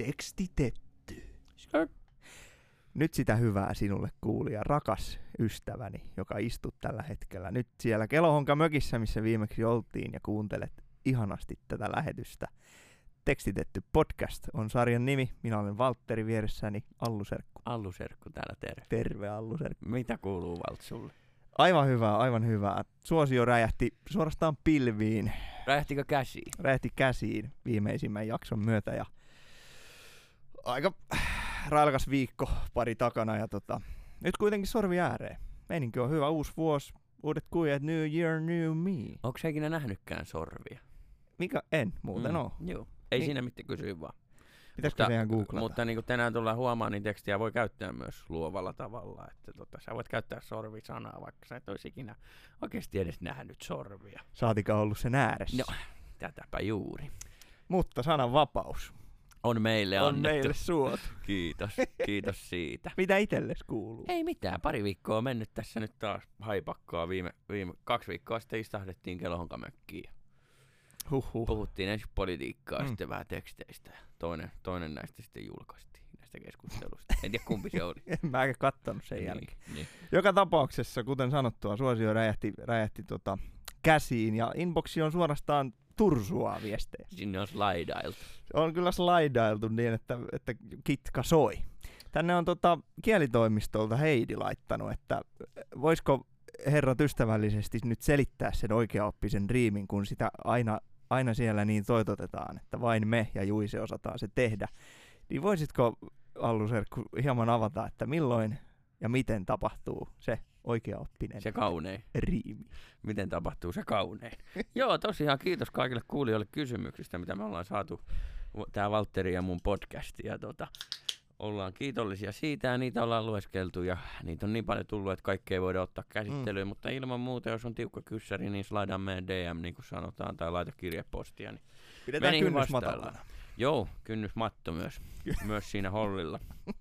Tekstitetty. Nyt sitä hyvää sinulle kuulija, rakas ystäväni, joka istut tällä hetkellä nyt siellä Kelohonka mökissä, missä viimeksi oltiin ja kuuntelet ihanasti tätä lähetystä. Tekstitetty podcast on sarjan nimi. Minä olen Valtteri, vieressäni Allu Serkku. Allu Serkku täällä, terve. Terve Allu Serkku. Mitä kuuluu Valt sulle? Aivan hyvää, aivan hyvää. Suosio räjähti suorastaan pilviin. Räjähtikö käsiin? Räjähti käsiin viimeisimmän jakson myötä ja aika railakas viikko pari takana ja nyt kuitenkin sorvi ääreen. Meininki on hyvä, uusi vuosi, uudet kuijat, new year, new me. Onko sä ikinä nähnytkään sorvia? Mikä en muuten oo. Joo, ei siinä mitään kysyä vaan. Pitäisikö se ihan googlata? Mutta niin kuin tänään tullaan huomaan, niin tekstiä voi käyttää myös luovalla tavalla. Että sä voit käyttää sorvisanaa, vaikka sä et olisi ikinä oikeasti edes nähnyt sorvia. Saatika ollut sen ääressä. No, tätäpä juuri. Mutta sanan vapaus on meille on annettu. meille suot. Kiitos siitä. Mitä itselles kuuluu? Ei mitään, pari viikkoa on mennyt tässä nyt taas haipakkaa. Viime 2 viikkoa sitten istahdettiin Kelohonkamökkiin. Puhuttiin ensin politiikkaa, sitten vähän teksteistä. Toinen näistä sitten julkaistiin, näistä keskustelusta. En tiedä kumpi se oli. En mäkään kattonut sen jälkeen. Niin. Joka tapauksessa, kuten sanottua, suosio räjähti käsiin ja inboxi on suorastaan tursua viestejä. Sinne on slaidailtu. On kyllä slaidailtu niin, että kitka soi. Tänne on kielitoimistolta Heidi laittanut, että voisiko herrat ystävällisesti nyt selittää sen oikeaoppisen riimin, kun sitä aina siellä niin toitotetaan, että vain me ja Juise osataan se tehdä. Niin voisitko, Allu Serkku, hieman avata, että milloin ja miten tapahtuu se oikeaoppinen se kaunein riimi? Miten tapahtuu se kaunein? Joo, tosiaan kiitos kaikille kuulijoille kysymyksistä, mitä me ollaan saatu tää Valtteri ja mun podcasti. Ja ollaan kiitollisia siitä ja niitä ollaan lueskeltu ja niitä on niin paljon tullut, että kaikkea ei voida ottaa käsittelyyn, mutta ilman muuta, jos on tiukka kyssäri, niin slaidaa meidän DM, niin kuin sanotaan, tai laita kirjepostia. Niin pidetään kynnys matalana. Joo, kynnysmatto myös siinä hollilla.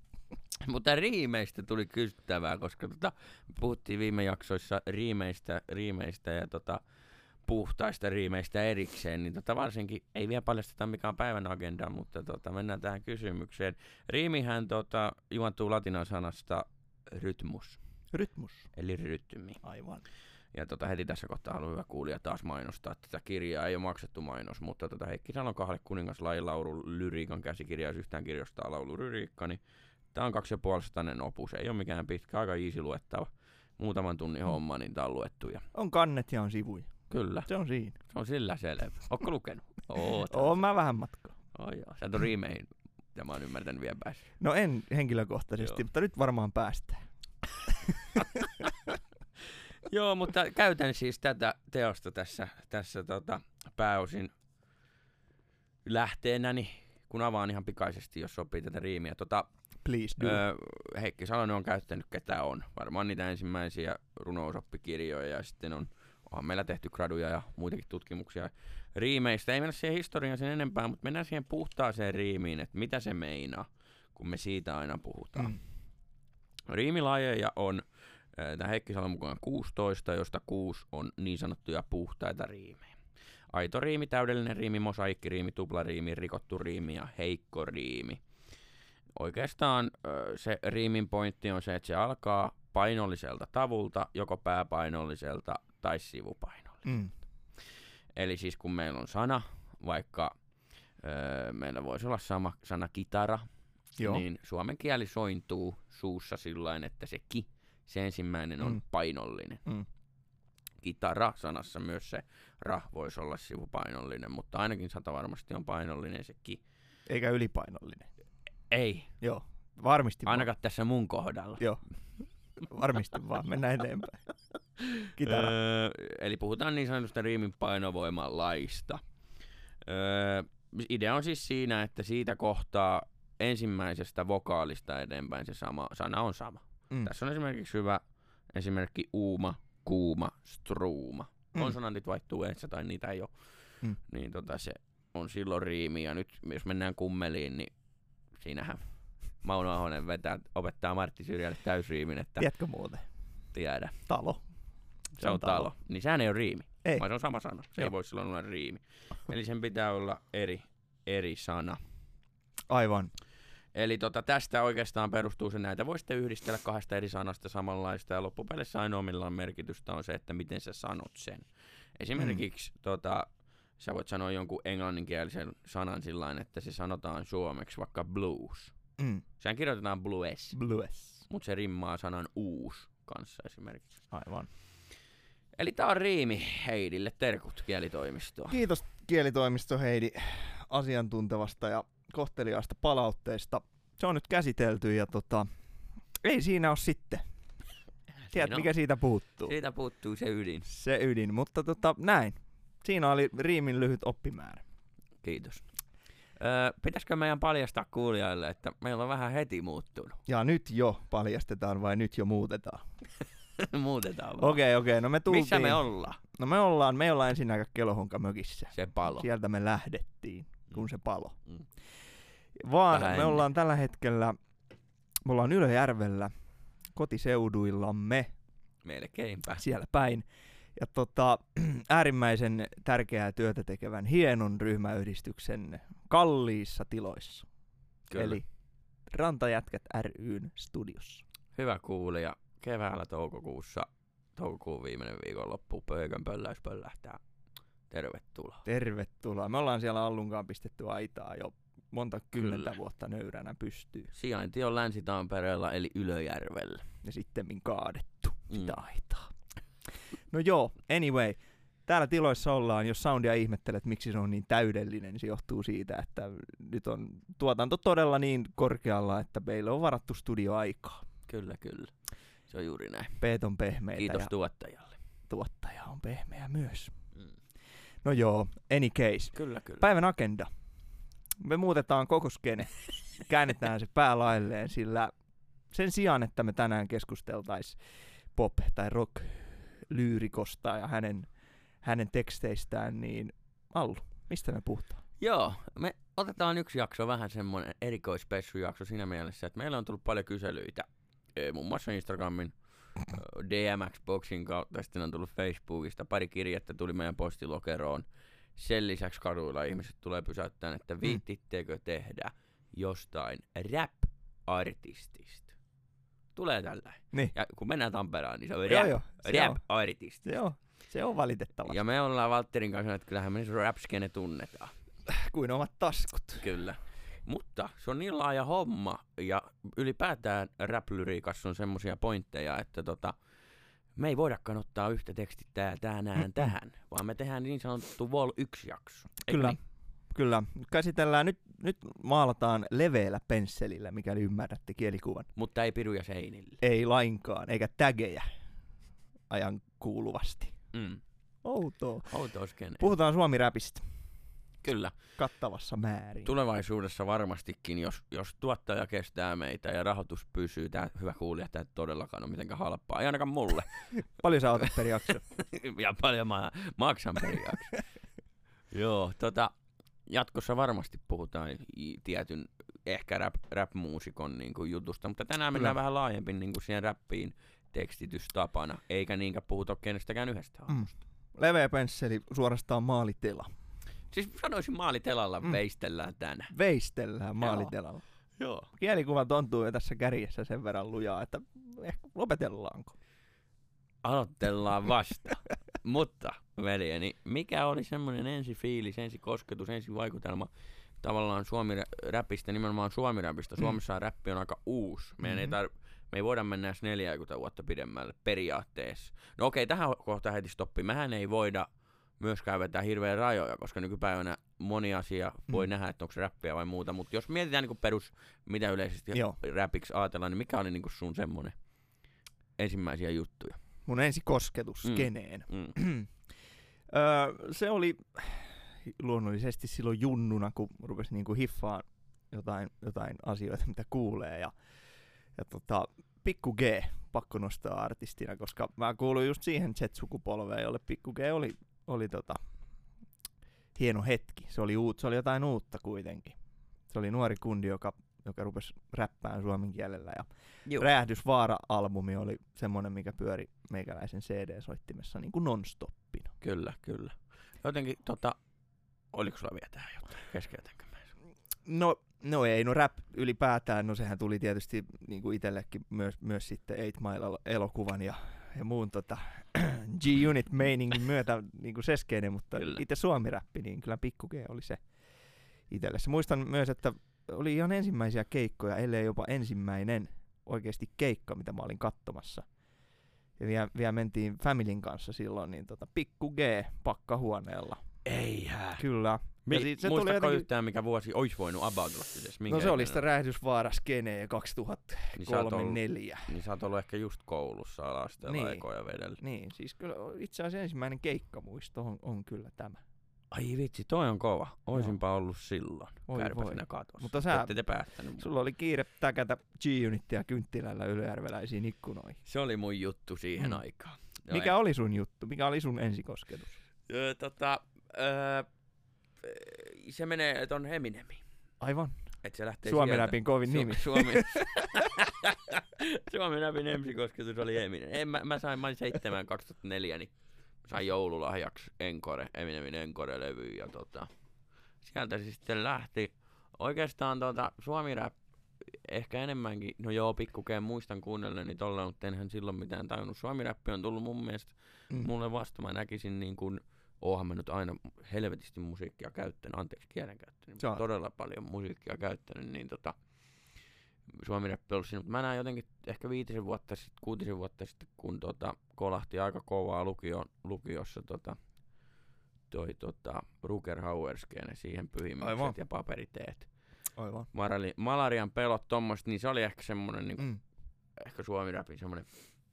Mutta riimeistä tuli kysyttävää, koska puhuttiin viime jaksoissa riimeistä ja puhtaista riimeistä erikseen, niin varsinkin ei vielä paljasteta mikä on päivän agenda, mutta mennään tähän kysymykseen. Riimihän juontuu latinan sanasta rytmus. Rytmus. Eli rytmi. Aivan. Ja heti tässä kohtaa haluan hyvä kuulija taas mainostaa, että tätä kirjaa ei ole maksettu mainos, mutta Heikki Salon Kahle kuningaslajin laulu lyriikan käsikirja, jos yhtään kirjoistaa laulu lyriikka, niin tämä on 2,5-satainen opus, ei ole mikään pitkä, aika easy luettava. Muutaman tunnin homma, niin tämä on luettu. On kannet ja on sivuja. Kyllä. Se on siinä. Se on sillä selvä. Ootko lukenut? Oon mä vähän matkaa. Joo. Sä et ole riimeihin, mitä mä oon ymmärtänyt vielä päässyt. No en henkilökohtaisesti, joo, mutta nyt varmaan päästään. Joo, mutta käytän siis tätä teosta tässä pääosin lähteenäni, kun avaan ihan pikaisesti, jos sopii tätä riimiä. Please do. Heikki Salonen on käyttänyt ketä on. Varmaan niitä ensimmäisiä runousoppikirjoja ja sitten onhan meillä tehty graduja ja muitakin tutkimuksia riimeistä. Ei mennä siihen historiaan sen enempää, mutta mennään siihen puhtaaseen riimiin, että mitä se meinaa, kun me siitä aina puhutaan. Riimilajeja on tämä Heikki Salon mukaan 16, josta 6 on niin sanottuja puhtaita riimejä. Aito riimi, täydellinen riimi, mosaiikkiriimi, tuplariimi, rikottu riimi ja heikko riimi. Oikeastaan se riimin pointti on se, että se alkaa painolliselta tavulta, joko pääpainolliselta tai sivupainolliselta. Eli siis kun meillä on sana, vaikka meillä voisi olla sama sana kitara, joo, niin suomen kieli sointuu suussa sillain, että se se ensimmäinen on painollinen. Kitara-sanassa myös se ra voisi olla sivupainollinen, mutta ainakin varmasti on painollinen se ki. Eikä ylipainollinen. Ei. Joo, varmasti ainakaan vaan tässä mun kohdalla. Joo, varmasti vaan, mennään eteenpäin. Kitara. Eli puhutaan niin sanotusta riimin painovoiman laista. Idea on siis siinä, että siitä kohtaa ensimmäisestä vokaalista eteenpäin se sana on sama. Tässä on esimerkiksi hyvä esimerkki uuma, kuuma, struuma. Konsonantit vaihtuu eessä tai niitä ei ole. Niin se on silloin riimi. Ja nyt jos mennään kummeliin, niin siinähän Mauno Ahonen opettaa Martti Syrjälle täysriimin. Että tiedätkö muuten? Tiedä. Talo. Se on talo. Niin sehän ei ole riimi, ei, vaan se on sama sana. Se ei voi silloin olla riimi. Eli sen pitää olla eri sana. Aivan. Eli tästä oikeastaan perustuu se, näitä voi sitten yhdistellä 2 eri sanasta samanlaista, ja loppupeleissä ainoa millään merkitystä on se, että miten sä sanot sen. Esimerkiksi sä voit sanoa jonkun englanninkielisen sanan sillain, että se sanotaan suomeksi vaikka blues. Sehän kirjoitetaan blues. Blues. Mutta se rimmaa sanan uus kanssa esimerkiksi. Aivan. Eli tää on riimi Heidille. Terkut kielitoimistoon. Kiitos kielitoimisto Heidi asiantuntevasta ja kohteliaasta palautteesta. Se on nyt käsitelty ja ei siinä ole sitten. Tiedät, mikä siitä puuttuu? Siitä puuttuu se ydin. Se ydin, mutta näin. Siinä oli riimin lyhyt oppimäärä. Kiitos. Pitäisikö meidän paljastaa kuulijoille, että meillä on vähän heti muuttunut? Ja nyt jo paljastetaan vai nyt jo muutetaan? Muutetaan vaan. Okei. No me tultiin. Missä me ollaan? No me ollaan ensinnäkin Kelohonkamökissä. Se palo. Sieltä me lähdettiin, kun se palo. Vähän Me ennen. ollaan tällä hetkellä, me ollaan Ylöjärvellä kotiseuduillamme. Melkeinpä. Siellä päin. Ja äärimmäisen tärkeää työtä tekevän hienon ryhmäyhdistyksen kalliissa tiloissa. Kyllä. Eli Rantajätkät ry:n studiossa. Hyvä kuulija. Keväällä toukokuun viimeinen viikonloppu Pöykön pölläys pöllähtää. Tervetuloa. Tervetuloa. Me ollaan siellä Allunkaan pistetty aitaa jo monta kymmentä Kyllä. vuotta nöyränä pystyy. Sijainti on Länsi-Tampereella eli Ylöjärvellä. Ja sittemmin kaadettu sitä aitaa. No joo, anyway. Täällä tiloissa ollaan, jos soundia ihmettelet, miksi se on niin täydellinen, niin se johtuu siitä, että nyt on tuotanto todella niin korkealla, että meille on varattu studioaikaa. Kyllä. Se on juuri näin. Peet on pehmeitä Kiitos ja tuottajalle. tuottaja on pehmeä myös. No joo, any case. Kyllä. Päivän agenda. Me muutetaan koko skene. Käännetään se päälailleen, sillä sen sijaan, että me tänään keskusteltaisiin pop- tai rock-lyyrikosta ja hänen teksteistään, niin Allu, mistä me puhutaan? Joo, me otetaan yksi jakso, vähän semmoinen erikoispessujakso siinä mielessä, että meillä on tullut paljon kyselyitä, muun muassa Instagramin DMX-boksin kautta, sitten on tullut Facebookista, pari kirjettä tuli meidän postilokeroon. Sen lisäksi kaduilla ihmiset tulee pysäyttämään, että viittittekö tehdä jostain rap-artistista. Tulee tällä. Niin. Ja kun mennään Tamperaan, niin se on Joo, rap-artisti. Joo, se on valitettavasti. Ja me ollaan Valtterin kanssa, että kyllähän me rap-skene tunnetaan. Kuin omat taskut. Kyllä. Mutta se on niin laaja homma, ja ylipäätään rap-lyriikassa on semmosia pointteja, että me ei voidakaan ottaa yhtä tekstittää tähän, vaan me tehdään niin sanottu Vol 1-jakso. Kyllä. Niin? Kyllä. Käsitellään, nyt maalataan leveällä pensselillä, mikäli ymmärrätte kielikuvan. Mutta ei piruja seinille. Ei lainkaan, eikä tägejä ajan kuuluvasti. Outoa. Outoa skene. Puhutaan suomi-räpistä Kyllä. kattavassa määrin. Tulevaisuudessa varmastikin, jos tuottaja kestää meitä ja rahoitus pysyy, tää hyvä kuulija, tää ei todellakaan ole mitenkään halpaa. Ei ainakaan mulle. Paljon sä otat per jakso? Ja paljon mä maksan per jakso. Joo, jatkossa varmasti puhutaan tietyn ehkä rap-muusikon niin kuin jutusta, mutta tänään mennään vähän laajemmin niin kuin siihen rappiin tekstitystapana, eikä niinkään puhuta kenestäkään yhdestä hahmosta. Leveä pensseli, suorastaan maalitila. Siis sanoisin maalitelalla veistellään tänään. Veistellään maalitelalla. Joo. Kielikuva tuntuu jo tässä kärjessä sen verran lujaa, että ehkä lopetellaanko? Aloitellaan vasta. Mutta, veljeni, mikä oli semmoinen ensifiilis, ensikosketus, ensivaikutelma tavallaan suomi-räpistä, nimenomaan suomi-räpistä. Suomessa räppi on aika uusi. Me ei voida mennä edes 40 vuotta pidemmälle periaatteessa. No okei, tähän kohtaan heti stoppi. Mehän ei voida myöskään vetää hirveän rajoja, koska nykypäivänä moni asia voi nähdä, että onko se räppiä vai muuta. Mutta jos mietitään niin perus, mitä yleisesti räpiksi ajatellaan, niin mikä oli niin sun semmoinen ensimmäisiä juttuja? Mun ensikosketus skeneen. Se oli luonnollisesti silloin junnuna, kun rupesi niinku hiffaan jotain asioita, mitä kuulee. Ja Pikku G pakko nostaa artistina, koska mä kuuluin just siihen Z-sukupolveen, jolle Pikku G oli hieno hetki. Se oli jotain uutta kuitenkin. Se oli nuori kundi, joka rupesi räppään suomen kielellä. Ja Räjähdysvaara-albumi oli semmoinen, mikä pyöri meikäläisen CD-soittimessa niin kuin non-stoppina. Kyllä. Jotenkin, oliko sulla vielä tähän jotain? Keskeytänkö mä? No, No ei, no rap ylipäätään, no sehän tuli tietysti niinku itsellekin myös sitten 8 Mile-elokuvan ja muun G-Unit-meiningin myötä niinku seskeinen, mutta Kyllä. itse suomi-räppi, niin kyllä Pikku G oli se itselle. Muistan myös, että oli ihan ensimmäisiä keikkoja, ellei jopa ensimmäinen oikeasti keikka, mitä mä olin katsomassa. Ja vielä mentiin Familyn kanssa silloin, niin Pikku G pakkahuoneella. Eihän. Kyllä. Ja se tuli Muistatko jotenkin... yhtään, mikä vuosi olisi voinut about olla kyseessä? No se oli sitä Räjähdysvaara-skenee 2003-2004. Niin sä oot ollut ehkä just koulussa ala-asteella ekoja vedellä. Niin, siis kyllä itse asiassa ensimmäinen keikkamuisto on kyllä tämä. Ai vitsi, toi on kova. Oisinpa ollut silloin. Käypä sinä katossa. Mutta sä, te päättänyt. Sulla oli kiire täkätä G-Unittia Kynttilällä ylöjärveläisiin ikkunoihin. Se oli mun juttu siihen aikaan. Mikä oli sun juttu? Mikä oli sun ensikosketus? Se menee ton Eminemiin. Aivan. Et se lähtee Suomi-räpin kovin nimi. Suomi-räpin ensikosketus oli Eminem. Mä olin 7 2004, niin sain joululahjaksi Eminemin Encore-levy. Ja sieltä se sitten lähti. Oikeastaan Suomi-rap ehkä enemmänkin, no joo, pikkukeen muistan kuunnelleni tolla, mutta enhän silloin mitään tajunnut. Suomi-räppi on tullut mun mielestä mulle vasta. Mä näkisin niin kuin, oonhan mä nyt aina helvetisti musiikkia käyttänyt, anteeksi kielenkäyttänyt, todella paljon musiikkia käyttänyt, niin Suomi-räppi on ollut siinä, mutta mä näin jotenkin ehkä 5 vuotta sitten, 6 vuotta sitten, kun kolahti aika kovaa lukiossa toi Ruger Hauer-skene, siihen pyhimykset ja paperiteet. Aivan. Malarian pelot tommoset, niin se oli ehkä semmonen niin ehkä Suomi-räpin semmonen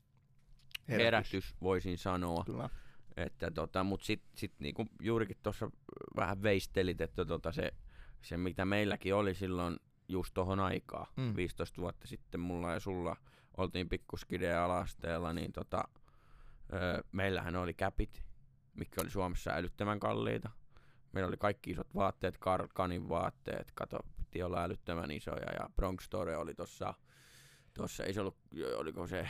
herätys, voisin sanoa. Kyllä. Että mut sit niinku juurikin tuossa vähän veistelit, että se mitä meilläkin oli silloin just tohon aikaan, 15 vuotta sitten mulla ja sulla oltiin pikkuskideen ala-asteella, niin meillähän oli käpit, mitkä oli Suomessa älyttömän kalliita. Meillä oli kaikki isot vaatteet, Kanin vaatteet, piti olla älyttömän isoja, ja Bronx Store oli tossa ei se ollut, oliko se,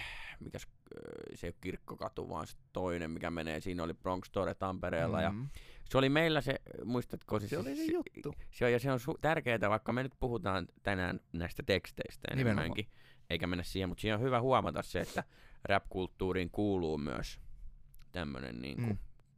se ei ole Kirkkokatu, vaan se toinen, mikä menee, siinä oli Bronx Store Tampereella, ja se oli meillä se, muistatko? Se oli se juttu. Se on tärkeää, vaikka me nyt puhutaan tänään näistä teksteistä enemmänkin, eikä mennä siihen, mutta siinä on hyvä huomata se, että rap-kulttuuriin kuuluu myös tämmönen niinku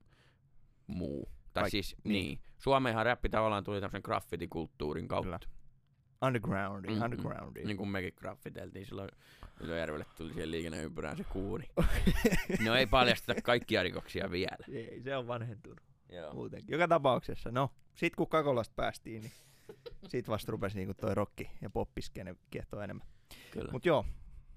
muu. Tai siis, niin. Suomeenhan räppi tavallaan tuli tämmöisen graffitikulttuurin kautta. Kyllä. Undergroundi. Niin kuin mekin graffiteltiin silloin Ylöjärvelle tuli siihen liikenneympyrään se kuuni. No ei paljasteta kaikkia rikoksia vielä. Ei, se on vanhentunut. Joo. Muutenkin. Joka tapauksessa, no, sit kun Kakolasta päästiin, niin sit vasta rupesi niinku toi rokki ja poppiskene kiehtoo enemmän. Kyllä. Mut joo,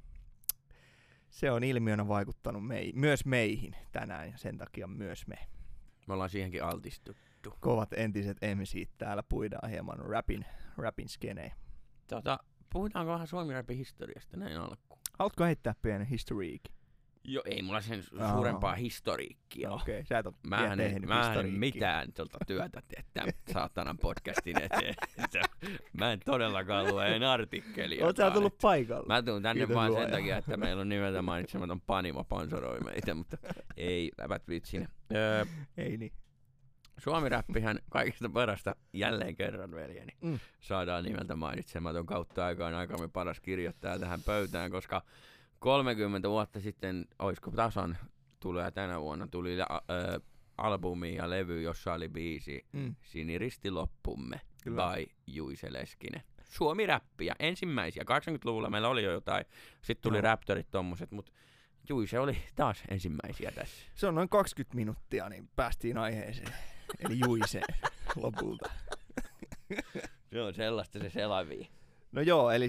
se on ilmiönä vaikuttanut myös meihin tänään ja sen takia myös me. Me ollaan siihenkin altistuttu. Kovat entiset MC:t täällä puidaan hieman rapin skeneen. Puhutaanko vähän Suomi-rapin historiasta näin alkuun? Haluatko heittää pienen historiikin? Joo, ei mulla sen suurempaa historiikkia. Okei, sä et ole tehnyt mä en mitään työtä tehdä saatanan podcastin eteen. Mä en todellakaan lue en artikkelia. Oot sä tullut paikalle? Mä tuun tänne vaan sen takia, että meillä on nimeltä mainitsematon Panimo sponsoroi meitä, mutta ei läpät vitsinä. Ei niin. Suomi-räppihän kaikista parasta jälleen kerran, veljeni. Saadaan nimeltä mainitsematon kautta aikamme paras kirjoittaja tähän pöytään, koska 30 vuotta sitten, oisko tasan, tulee tänä vuonna, tuli albumi ja levy, jossa oli biisi Siniristi loppumme by Juise Leskinen. Suomi-räppiä, ensimmäisiä. 80-luvulla meillä oli jo jotain, sitten tuli Raptorit tommoset, mutta Juise oli taas ensimmäisiä tässä. Se on noin 20 minuuttia, niin päästiin aiheeseen. Eli Juiseen lopulta. Se on sellaista se selavii. No joo, eli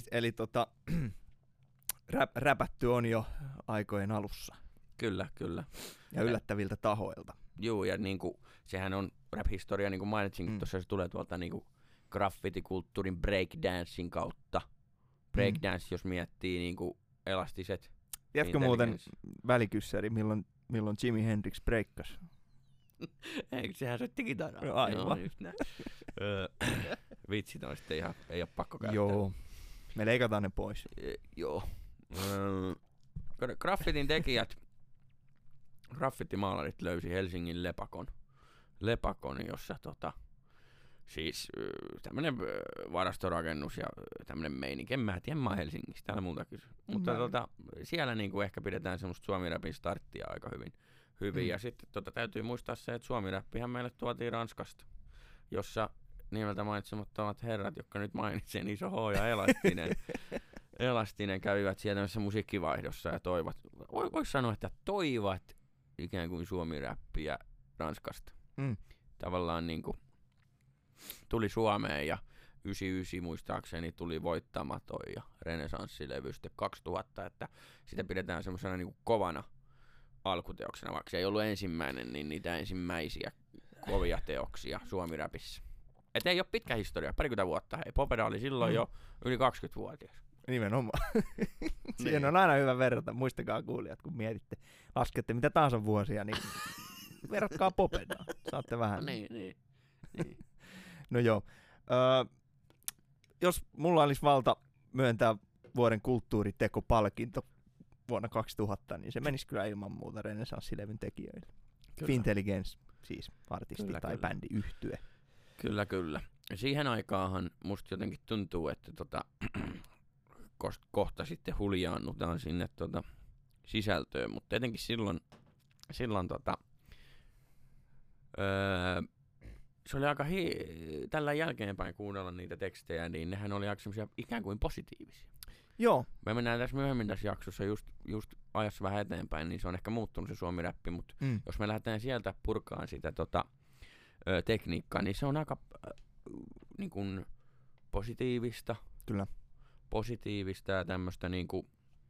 räpätty on jo aikojen alussa. Kyllä. Ja yllättäviltä tahoilta. Joo, ja niinku, sehän on rap-historia, niin kuin mainitsinkin, tuossa se tulee tuolta niinku graffitikulttuurin breakdancing kautta. Breakdance, jos miettii niinku elastiset. Tiedätkö muuten välikyssäri, milloin Jimi Hendrix breikkasi? Eikö sehän soitti kitaraa? No, aivan. Vitsit on sitten ihan, ei ole pakko käyttää. Joo, me leikataan ne pois. Joo. Graffitin tekijät, graffitimaalarit löysi Helsingin Lepakon, jossa Siis tämmönen varastorakennus ja tämmönen meininki. En mä tiedä, mä oon Helsingistä, täällä muuta kysy. Mutta siellä niinku ehkä pidetään semmoista suomi-rapin starttia aika hyvin. Ja sitten täytyy muistaa se, että suomi-räppihän meille tuotiin Ranskasta, jossa nimeltä mainitsemattomat herrat, jotka nyt mainitsen, Iso H ja Elastinen kävivät siellä tämmöisessä musiikkivaihdossa ja toivat, vois sanoa, että toivat ikään kuin suomi-räppiä Ranskasta. Tavallaan niinku tuli Suomeen ja 99 muistaakseni tuli Voittamaton ja Renesanssilevy sitten 2000, että sitä pidetään semmoisena niinku kovana alkuteoksena, vaikka se ei ollut ensimmäinen, niin niitä ensimmäisiä kovia teoksia suomi-räpissä. Et ei ole pitkä historia, parikymmentä vuotta. Hei, Popeda oli silloin jo yli 20-vuotias. Nimenomaan. Siihen on aina hyvä verrata. Muistakaa kuulijat, kun mietitte, laskette mitä tahansa vuosia, niin verratkaa Popedaan. Saatte vähän. Niin. No joo. Jos mulla olisi valta myöntää vuoden kulttuuritekopalkinto vuonna 2000, niin se menisi kyllä ilman muuta Renesanssilevyn tekijöille. Fintelligence, siis artisti tai bändi yhtye. Kyllä. Siihen aikaahan musta jotenkin tuntuu, että kohta sitten huljaannutaan sinne sisältöön, mutta etenkin silloin se oli aika tällä jälkeenpäin kuunnella niitä tekstejä, niin nehän oli aika semmoisia ikään kuin positiivisia. Joo. Me mennään tässä myöhemmin tässä jaksossa just ajassa vähän eteenpäin, niin se on ehkä muuttunut se suomi-räppi, mutta jos me lähdetään sieltä purkaan sitä tekniikkaa, niin se on aika niin kuin positiivista. Kyllä. Positiivista ja tämmöistä niin kuin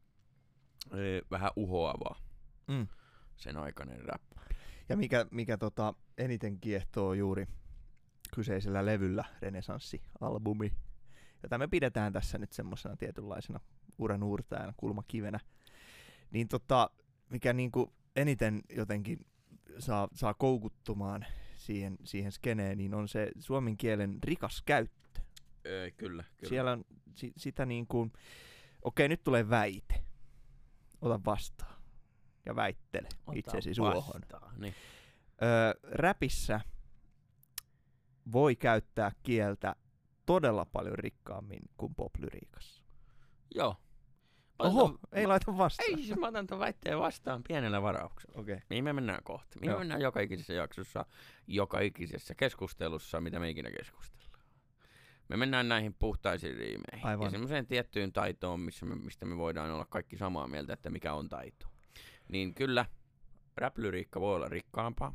vähän uhoavaa sen aikainen rap. Ja mikä eniten kiehtoo juuri kyseisellä levyllä, Renesanssi-albumi, jota me pidetään tässä nyt semmoisena tietynlaisena uran uurtajana, kulmakivenä, niin mikä niinku eniten jotenkin saa koukuttumaan siihen skeneen, niin on se suomen kielen rikas käyttö. Kyllä. Siellä on sitä niin kuin, okei, nyt tulee väite. Ota vastaan ja väittele itsesi suohon. Niin. Räpissä voi käyttää kieltä todella paljon rikkaammin kuin poplyriikassa. Joo. Oho, ei laita vastaan. Ei, siis mä otan ton väitteen vastaan pienellä varauksella. Okay. Mihin me mennään kohta? Mihin me mennään joka ikisessä jaksossa, joka ikisessä keskustelussa, mitä me ikinä keskustellaan. Me mennään näihin puhtaisiin riimeihin. Aivan. Ja semmoiseen tiettyyn taitoon, mistä me voidaan olla kaikki samaa mieltä, että mikä on taito. Niin kyllä, rap-lyriikka voi olla rikkaampaa.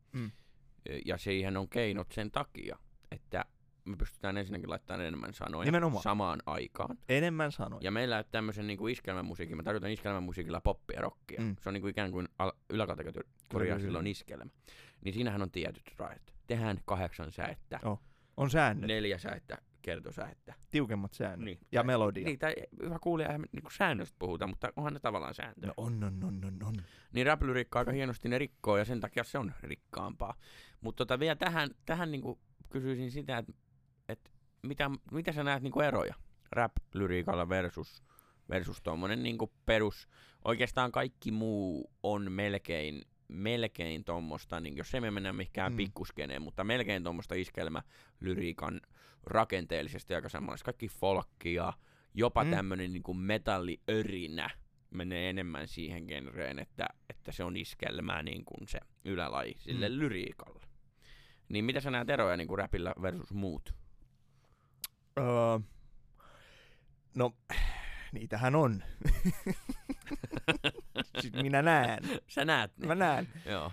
Ja siihen on keinot sen takia, että me pystytään ensinnäkin laittamaan enemmän sanoja samaan aikaan. Enemmän sanoja. Ja meillä tämmöisen niinku iskelmämusiikin, mä tarkoitan iskelmämusiikilla poppia ja rockia. Se on niinku ikään kuin yläkategoria silloin iskelmä. Niin siinähän on tietyt rajat. Tehdään 8 säettä. On säännöt. 4 säettä, kertosäettä. Tiukemmat säännöt. Niin. Ja melodia. Niin, tai hyvä kuulija, eihän niinku säännöstä puhuta, mutta onhan ne tavallaan sääntöjä. No on. Niin rap-lyriikka aika hienosti ne rikkoo ja sen takia se on rikkaampaa. Mutta vielä tähän niinku kysyisin sitä, että mitä sä näet niinku eroja rap-lyriikalla versus tommonen niinku perus. Oikeastaan kaikki muu on melkein tommosta, niin jos emme mennä mihinkään pikkuskeneen, mutta melkein tommosta iskelmälyriikan rakenteellisesti aika samanlaista. Kaikki folkkia, jopa tämmönen niinku metalliörinä menee enemmän siihen genreen, että se on iskelmää niin kuin se ylälaji sille lyriikalle. Niin mitä sä näet eroja niinku räpillä versus muut? No, niitähän on. Siis minä näen. Sä näet ne. Mä näen. Joo.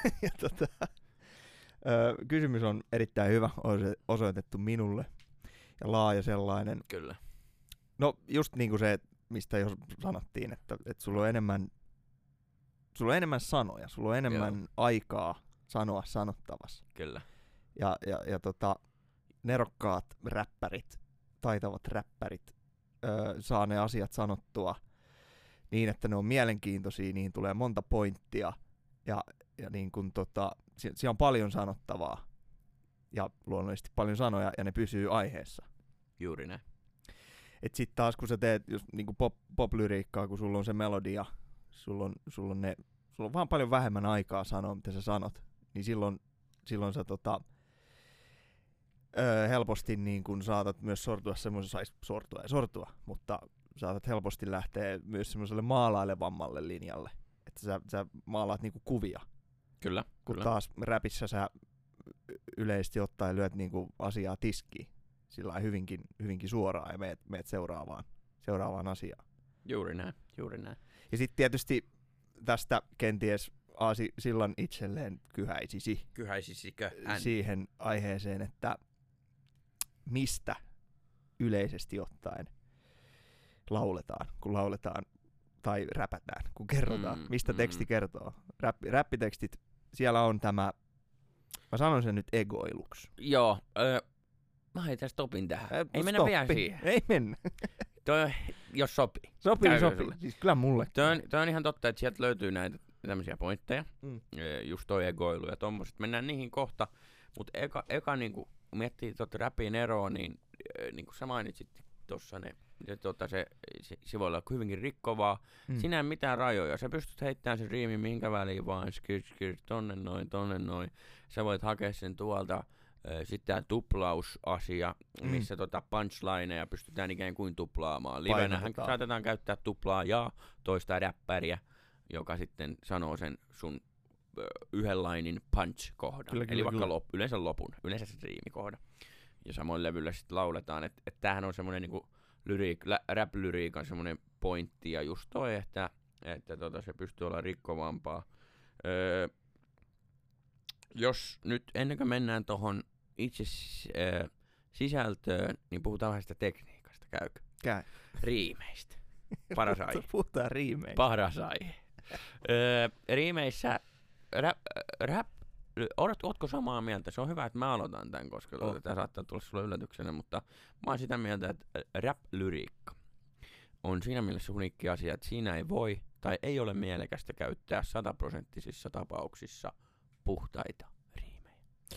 Kysymys on erittäin hyvä, osoitettu minulle ja laaja sellainen. Kyllä. No just niin kuin se, mistä jo sanottiin, että sulla on enemmän sanoja, sulla on enemmän aikaa sanoa sanottavassa. Kyllä. Ja nerokkaat räppärit, taitavat räppärit saa ne asiat sanottua niin, että ne on mielenkiintoisia, niihin tulee monta pointtia ja niin kun siellä on paljon sanottavaa ja luonnollisesti paljon sanoja ja ne pysyy aiheessa. Juuri näin. Et sit taas kun sä teet just niinku pop-lyriikkaa, kun sulla on se melodia, sulla on vaan paljon vähemmän aikaa sanoa, mitä sä sanot, niin silloin sä helposti niin kun saatat myös sortua semmoisessa, sortua, mutta saatat helposti lähteä myös semmoiselle maalailevammalle linjalle. Että sä maalaat niinku kuvia. Kyllä. Kun kyllä. taas räpissä sä yleisesti ottaen lyöt niinku asiaa tiskiin sillä hyvinkin suoraan ja meet seuraavaan asiaan. Juuri näin. Ja sitten tietysti tästä kenties Aasi sillan itselleen Kyhäisisikö hän? siihen aiheeseen, että mistä yleisesti ottaen kun lauletaan tai räpätään, kun kerrotaan, mistä teksti kertoo. Räppitekstit, siellä on tämä, mä sanon sen nyt egoiluksi. Joo, mä heitän stopin tähän. Ei mennä vielä siihen. Ei mennä. Jos sopii. Sopii. Sulle? Siis kyllä mulle. Toi on ihan totta, että sieltä löytyy näitä tämmöisiä pointteja. Just toi egoilu ja tommoset. Mennään niihin kohta. Mutta eka niinku miettii räpin eroa, niin kuin sä mainitsit tossa se voi olla hyvinkin rikkovaa. Siinä ei mitään rajoja. Sä pystyt heittämään sen riimin minkä väliin vaan skir, tonne noin. Sä voit hakea sen tuolta. Sitten tämä tuplausasia, missä punchlineja pystytään ikään kuin tuplaamaan. Livenähän saatetaan käyttää tuplaa ja toista räppäriä, joka sitten sanoo sen sun yhden lainin punch-kohdan. Eli vaikka yleensä lopun, yleensä se riimikohda. Ja samoin levyllä sitten lauletaan, että tämähän on semmoinen niinku rap-lyriikan semmoinen pointti, ja just toi, että se pystyy olla rikkovampaa. Jos nyt ennen kuin mennään tuohon itse sisältöön, niin puhutaan vähän sitä tekniikasta, käykö? Käy. Riimeistä. Paras aihe. Puhutaan riimeistä. Paras aihe. Riimeissä ootko samaa mieltä? Se on hyvä, että mä aloitan tämän, koska tämä saattaa tulla sulle yllätyksenä, mutta mä oon sitä mieltä, että rap-lyriikka on siinä mielessä uniikki asia, että siinä ei voi tai ei ole mielekästä käyttää 100% tapauksissa puhtaita riimejä.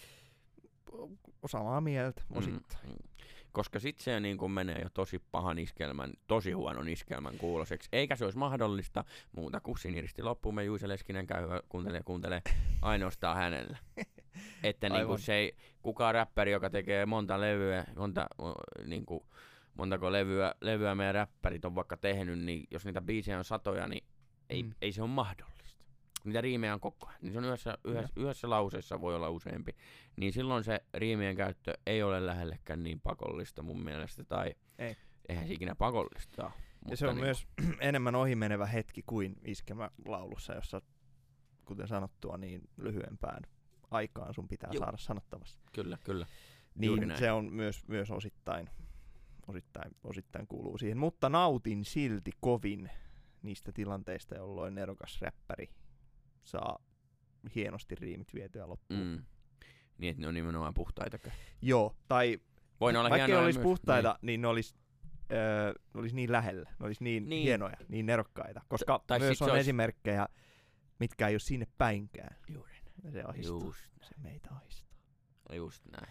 Samaa mieltä, osittain. Koska sit se niin kun menee jo tosi pahan iskelmän, tosi huonon iskelmän kuuloseksi. Eikä se olisi mahdollista muuta kuin siniristi loppuun. Me Juise Leskinen käy kuuntelee ainoastaan hänellä. Että niin kun se ei, kukaan räppäri, joka tekee monta levyä, montako levyä meidän räppärit on vaikka tehnyt, niin jos niitä biisejä on satoja, niin ei se ole mahdollista. Niitä riimejä on koko ajan. Niin se on yhdessä lauseessa voi olla useampi. Niin silloin se riimien käyttö ei ole lähellekään niin pakollista mun mielestä. Tai eihän se ikinä pakollista ole. Ja se on myös enemmän ohimenevä hetki kuin iskelmälaulussa, jossa, kuten sanottua, niin lyhyempään aikaan sun pitää saada sanottavassa. Kyllä. Niin se on myös osittain kuuluu siihen. Mutta nautin silti kovin niistä tilanteista, jolloin nerokas räppäri saa hienosti riimit vietyä loppuun. Niin, että ne on nimenomaan puhtaita. Joo, tai vaikka ne olisi puhtaita, niin ne olisi niin lähellä, ne olisi niin hienoja, niin nerokkaita. Koska tai myös on esimerkkejä, mitkä ei ole sinne päinkään. Juuri. Ja se ahistaa. Se meitä ahistaa. Just näin.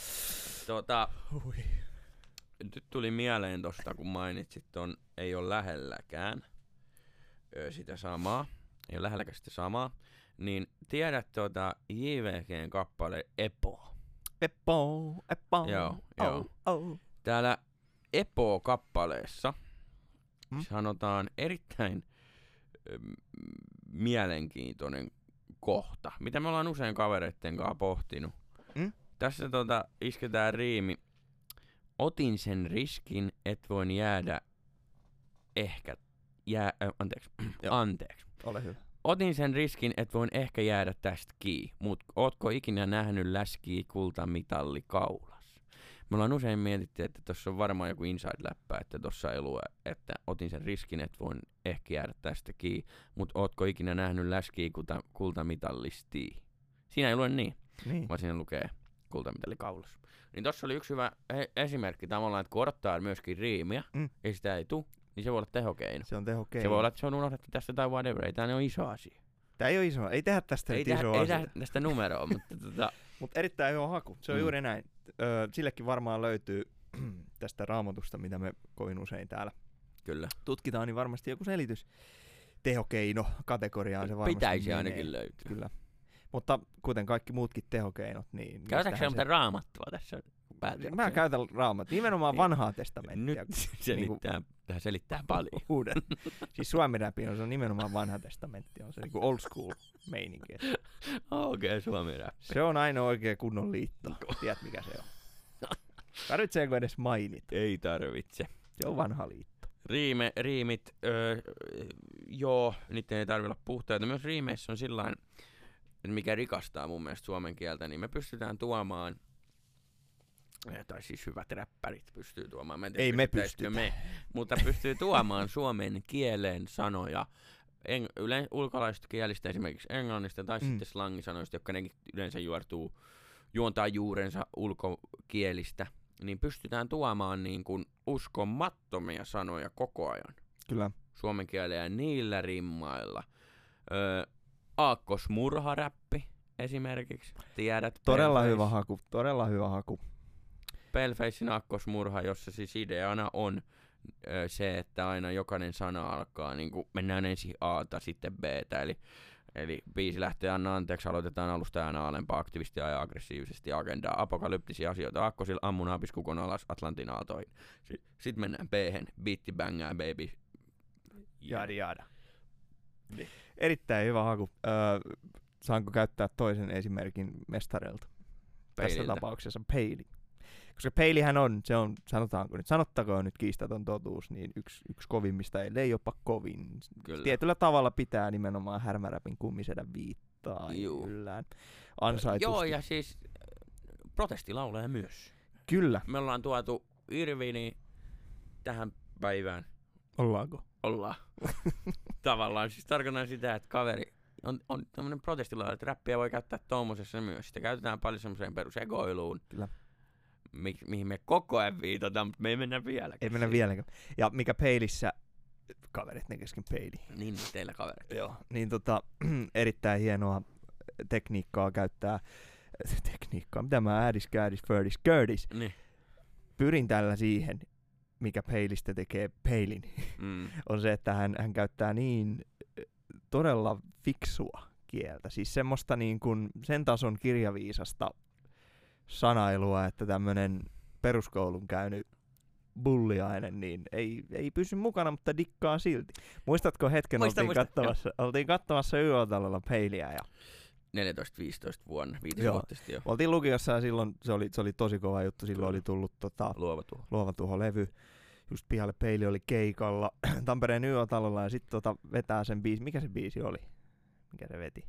Nyt tuli mieleen tosta, kun mainitsit ton, ei ole lähelläkään sitä samaa. Ei ole lähelläkään sitä samaa. Niin tiedät JVGn kappale Epo. Epo. Joo. Täällä Epo-kappaleessa sanotaan erittäin mielenkiintoinen kohta, mitä me ollaan usein kavereitten kanssa pohtinut. Tässä isketään riimi. Otin sen riskin, et voin jäädä anteeksi. Ole hyvä. Otin sen riskin, et voin ehkä jäädä tästä kiinni, mut ootko ikinä nähnyt läskiä kultamitalli kaulas? Me ollaan usein mietitty, että tossa on varmaan joku inside-läppä, että tossa ei lue, että otin sen riskin, et voin ehkä jäädä tästä kiinni, mut ootko ikinä nähnyt läskiä kultamitallistia? Siinä ei lue niin. Vaan siinä lukee kultamitalli kaulas. Niin tossa oli yksi hyvä esimerkki tavallaan, että kun odottaa myöskin riimiä, ja sitä ei tule, niin se voi olla tehokeino. Se on tehokeino. Se voi olla, että se on unohdettu tästä tai whatever. Ei tää on iso asia. Tää ei ole iso. Ei tehdä tästä nyt iso asia. Ei tehdä tästä numeroa, mutta Mutta erittäin hyvä haku. Se on juuri näin. Sillekin varmaan löytyy tästä Raamatusta, mitä me kovin usein täällä tutkitaan, niin varmasti joku selitys. Tehokeino kategoriaan se varmasti pitäisi ainakin löytyä. Kyllä. Mutta kuten kaikki muutkin tehokeinot, niin... Käytätkö se Raamattua tässä päätä. Mä käytän raamattua, nimenomaan vanhaa testamenttia. Nyt selittää paljon. Uuden. Siis suomi-räpi on nimenomaan vanha testamentti, on se niinku old school meininki. Okei, suomi-räppi. Se on ainoa oikea kunnon liitto. Tiedät mikä se on. Tarvitseeko edes mainita? Ei tarvitse. Se on vanha liitto. Riimit, joo, niiden ei tarvitse olla puhtaita. Myös riimeissä on sillain, mikä rikastaa mun mielestä suomen kieltä, niin me pystytään tuomaan, tai siis hyvät räppärit pystyy tuomaan. Mä en tiedä, ei me pystytä. Mutta pystyy tuomaan suomen kieleen sanoja ulkolaisista kielistä, esimerkiksi englannista tai sitten slangisanoista, jotka nekin yleensä juontaa juurensa ulkokielistä, niin pystytään tuomaan niin kuin uskomattomia sanoja koko ajan. Kyllä. Suomen kieleen niillä rimmailla. Aakkosmurharäppi esimerkiksi, tiedät. Todella hyvä haku, todella hyvä haku. Palefacein aakkosmurha, jossa siis ideana on se, että aina jokainen sana alkaa, niin kuin mennään ensin A:ta, sitten B:tä, eli biisi lähtee anna anteeksi, aloitetaan alusta ja aina alempaa, aktivistia ja aggressiivisesti agendaa, apokalyptisia asioita, aakkosilla ammun aapiskukon alas Atlantin aaltoihin. Sitten mennään B:hen, biitti bängää, baby. Jaada. Erittäin hyvä haku. Saanko käyttää toisen esimerkin mestareilta? Peililtä. Tässä tapauksessa peili. Koska peilihän on, sanottakoon nyt kiistaton totuus, niin yksi kovimmista, ellei jopa kovin. Kyllä. Tietyllä tavalla pitää nimenomaan härmäräpin kummisedän viittaa yllään ansaitusti. Joo, ja siis protestilauleja myös. Kyllä. Me ollaan tuotu Irvini tähän päivään. Ollaanko? Ollaan. Tavallaan siis tarkoitan sitä, että kaveri on tämmönen protestilaula, että räppiä voi käyttää tommosessa myös. Sitä käytetään paljon semmoiseen perusegoiluun. Kyllä. Mihin me koko ajan viitataan, mutta me ei mennä vieläkään. Ei mennä vieläkään. Ja mikä peilissä, kaverit ne kesken peili. Niin, teillä kaverit. Joo, niin erittäin hienoa tekniikkaa käyttää. Tekniikkaa, mitä mä äädis, fördis. Niin. Pyrin tällä siihen, mikä peilistä tekee peilin. On se, että hän käyttää niin todella fiksua kieltä. Siis semmoista niin kuin sen tason kirjaviisasta sanailua, että tämmönen peruskoulun käynyt bulliainen, niin ei pysy mukana, mutta dikkaa silti. Muistatko hetken, oltiin katsomassa YO-talolla peiliä ja 14-15 vuonna, 5 vuotta sitten jo. Oltiin lukiossa ja silloin se oli tosi kova juttu. Silloin oli tullut Luova Tuho-levy. Just pihalle peili oli keikalla Tampereen YO-talolla ja sitten vetää sen biisi. Mikä se biisi oli? Mikä se veti?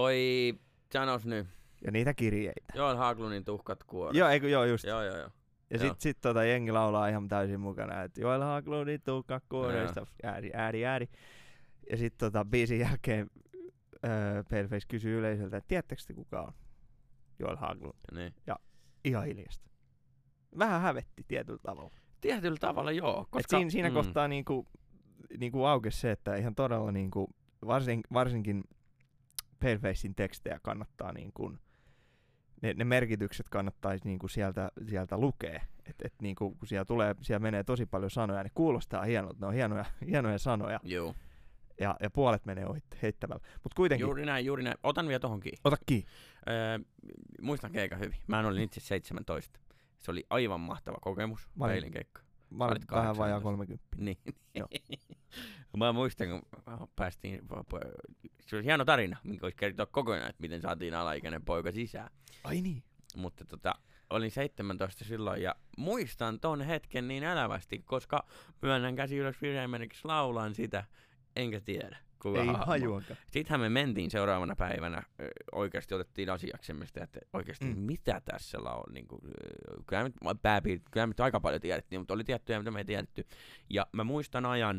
Sanos nyt. Ja niitä kirjeitä. Joel Haglundin Tuhkat kuoret. Joo, just. Joo. Ja sit jengi laulaa ihan täysin mukana, että Joel Haglundin Tuhkat kuoresta, ääri. Ja sit biisin jälkeen Paleface kysyy yleisöltä, että tiedättekö te kuka on Joel Haglund? Niin. Ja ihan hiljasta. Vähän hävetti tietyllä tavalla. Tietyllä tavalla joo. Koska siinä kohtaa niinku aukesi se, että ihan todella niinku, varsinkin Palefacein tekstejä kannattaa niinku, ne merkitykset kannattaisi niinku sieltä lukea. Et niinku, kun siellä menee tosi paljon sanoja, ne kuulostaa hienolta, ne on hienoja sanoja. Joo. Ja puolet menee heittämällä. Mut kuitenkin. Juuri näin. Otan vielä tohon kiinni. Ota kiinni. Muistan keikan hyvin. Mä olin itse 17. Se oli aivan mahtava kokemus. Peilin keikka. Mä olin vähän vajaa 30. Niin. Mä muistan, kun päästiin. Se oli hieno tarina, minkä olisi kertoa kokonaan, että miten saatiin alaikäinen poika sisään. Ai niin. Mutta olin 17 silloin ja muistan ton hetken niin elävästi, koska myönnän käsi ylös virheimelliksi laulan sitä, enkä tiedä. Ei hajuakaan. Sittenhän me mentiin seuraavana päivänä, oikeasti otettiin asiaksemme sitä, että oikeasti mitä tässä on. Niin kuin, kyllä me aika paljon tiedettiin, mutta oli tiettyjä, mitä me ei tiedetty. Ja mä muistan ajan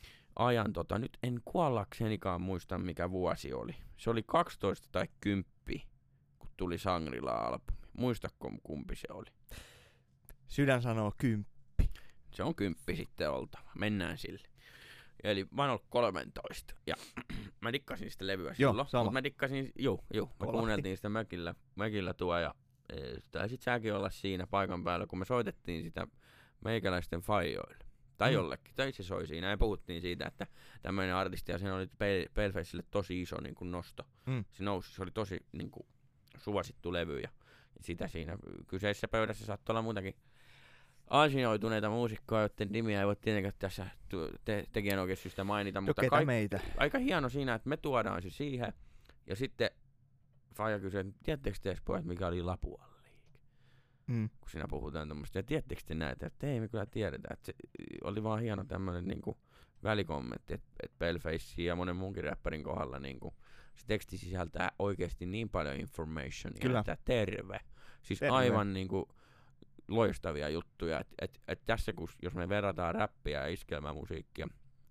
nyt en kuollaksenikaan muista mikä vuosi oli. Se oli 12 tai 10, kun tuli Shangri-La-albumi. Muistatko kumpi se oli? Sydän sanoo 10. Se on 10 sitten oltava. Mennään sille. Eli mä oon ollut 13 ja mä dikkasin sitä levyä silloin. Mutta mä dikkasin, me kuunneltiin sitä mökillä tuo ja taisit säkin olla siinä paikan päällä, kun me soitettiin sitä meikäläisten faijoille. Tai jollekin, tai se soi siinä ja puhuttiin siitä, että tämmöinen artisti ja siinä oli Palefacelle tosi iso niin kuin nosto. Se nousi, se oli tosi niin kuin suosittu levy ja Sitä siinä kyseisessä pöydässä saattoi olla muutakin ansioituneita muusikkoja, joiden nimiä ei voi tietenkään tässä tekijänoikeuksista mainita, mutta meitä. Aika hieno siinä, että me tuodaan se siihen, ja sitten Faija kysyy, että tiedättekö te edes pojat, mikä oli Lapuan liike? Kun siinä puhutaan tuommoista, ja tiedättekö te näitä, että ei me kyllä tiedetä, että se oli vaan hieno tämmöinen niinku välikommentti, että Paleface ja monen muunkin räppärin kohdalla niinku, se teksti sisältää oikeasti niin paljon informationia, että terve. Siis aivan niinku loistavia juttuja, että tässä jos me verrataan räppiä ja iskelmämusiikkia,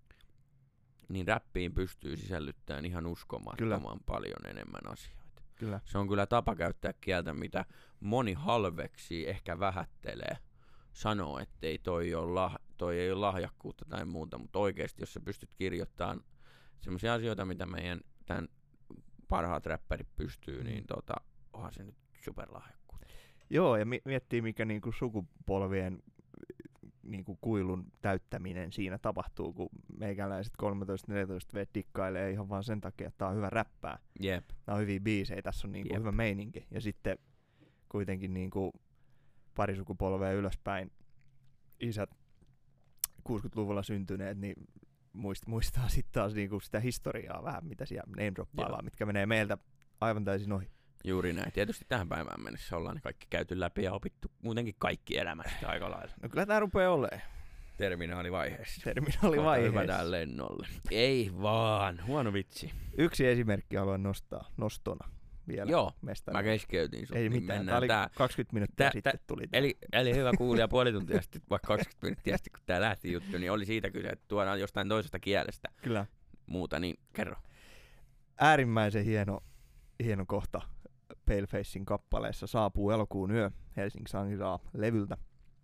niin räppiin pystyy sisällyttämään ihan uskomattoman paljon enemmän asioita. Kyllä. Se on kyllä tapa käyttää kieltä, mitä moni halveksii, ehkä vähättelee, sanoo, ettei toi ei ole lahjakkuutta tai muuta, mutta oikeasti jos sä pystyt kirjoittamaan sellaisia asioita, mitä meidän tämän parhaat räppärit pystyy, niin onhan se nyt superlahjakkuutta. Joo, ja miettii, mikä niinku sukupolvien niinku kuilun täyttäminen siinä tapahtuu, kun meikäläiset 13-14 dikkailee ihan vaan sen takia, että tää on hyvä räppää. Jep. Tää on hyviä biisejä, tässä on niinku hyvä meininki. Ja sitten kuitenkin niinku pari sukupolvea ylöspäin isät 60-luvulla syntyneet, niin muistaa sitten taas niinku sitä historiaa vähän, mitä siellä name-droppaillaan, mitkä menee meiltä aivan täysin ohi. Juuri näin. Tietysti tähän päivään mennessä ollaan ne kaikki käyty läpi ja opittu muutenkin kaikki elämästä aika lailla. No kyllä tää rupeaa olemaan. Terminaalivaiheessa. Terminaalivaiheessa. Lennolle. Ei vaan. Huono vitsi. Yksi esimerkki haluan nostaa nostona vielä. Joo, mestari. mä keskeytin sut. Ei niin mitään, tää oli 20 minuuttia sitten tuli. Eli hyvä kuulija, puoli tuntia sitten, vaikka 20 minuuttia sitten, kun tää lähti juttu, niin oli siitä kyse, että tuodaan jostain toisesta kielestä. Kyllä. Muuta, niin kerro. Äärimmäisen hieno kohta Palefacein kappaleessa Saapuu elokuun yö Helsingin Sangiraa-levyltä.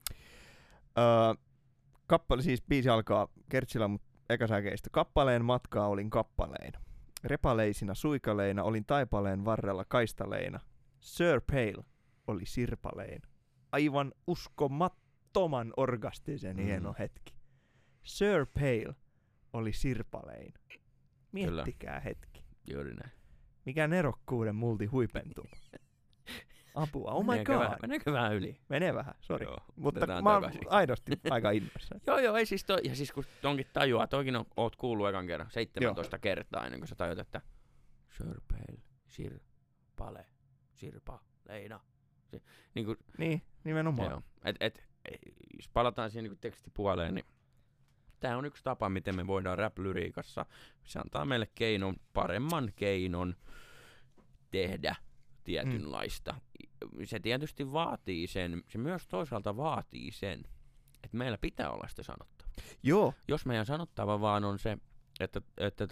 Kappale, siis biisi alkaa Kertsilä, mutta ekasäkeistä. Kappaleen matkaa olin kappaleina. Repaleisina suikaleina olin taipaleen varrella kaistaleina. Sir Pale oli sirpaleina. Aivan uskomattoman orgastisen hieno hetki. Sir Pale oli sirpaleina. Miettikää hetki. Juuri näin. Mikä nerokkuuden multihuipentuma. Apua, oh my god. Meneekö vähän yli? Menee vähän, sori. Joo, mutta mä oon aidosti aika innoissani. Joo, ei siis ja siis kun tonkin tajuaa, toikin oot kuullut ekan kerran 17 kertaa ennen kuin sä tajut, että Sir Pale, Sirpale, Sirpa, Leina. Niin, nimenomaan. Joo, jos palataan siihen niin tekstipuoleen, niin tää on yksi tapa, miten me voidaan rap-lyriikassa. Se antaa meille paremman keinon tehdä tietynlaista. Se tietysti vaatii sen, se myös toisaalta vaatii sen, että meillä pitää olla sitä sanottavaa. Joo. Jos meidän sanottava vaan on se, että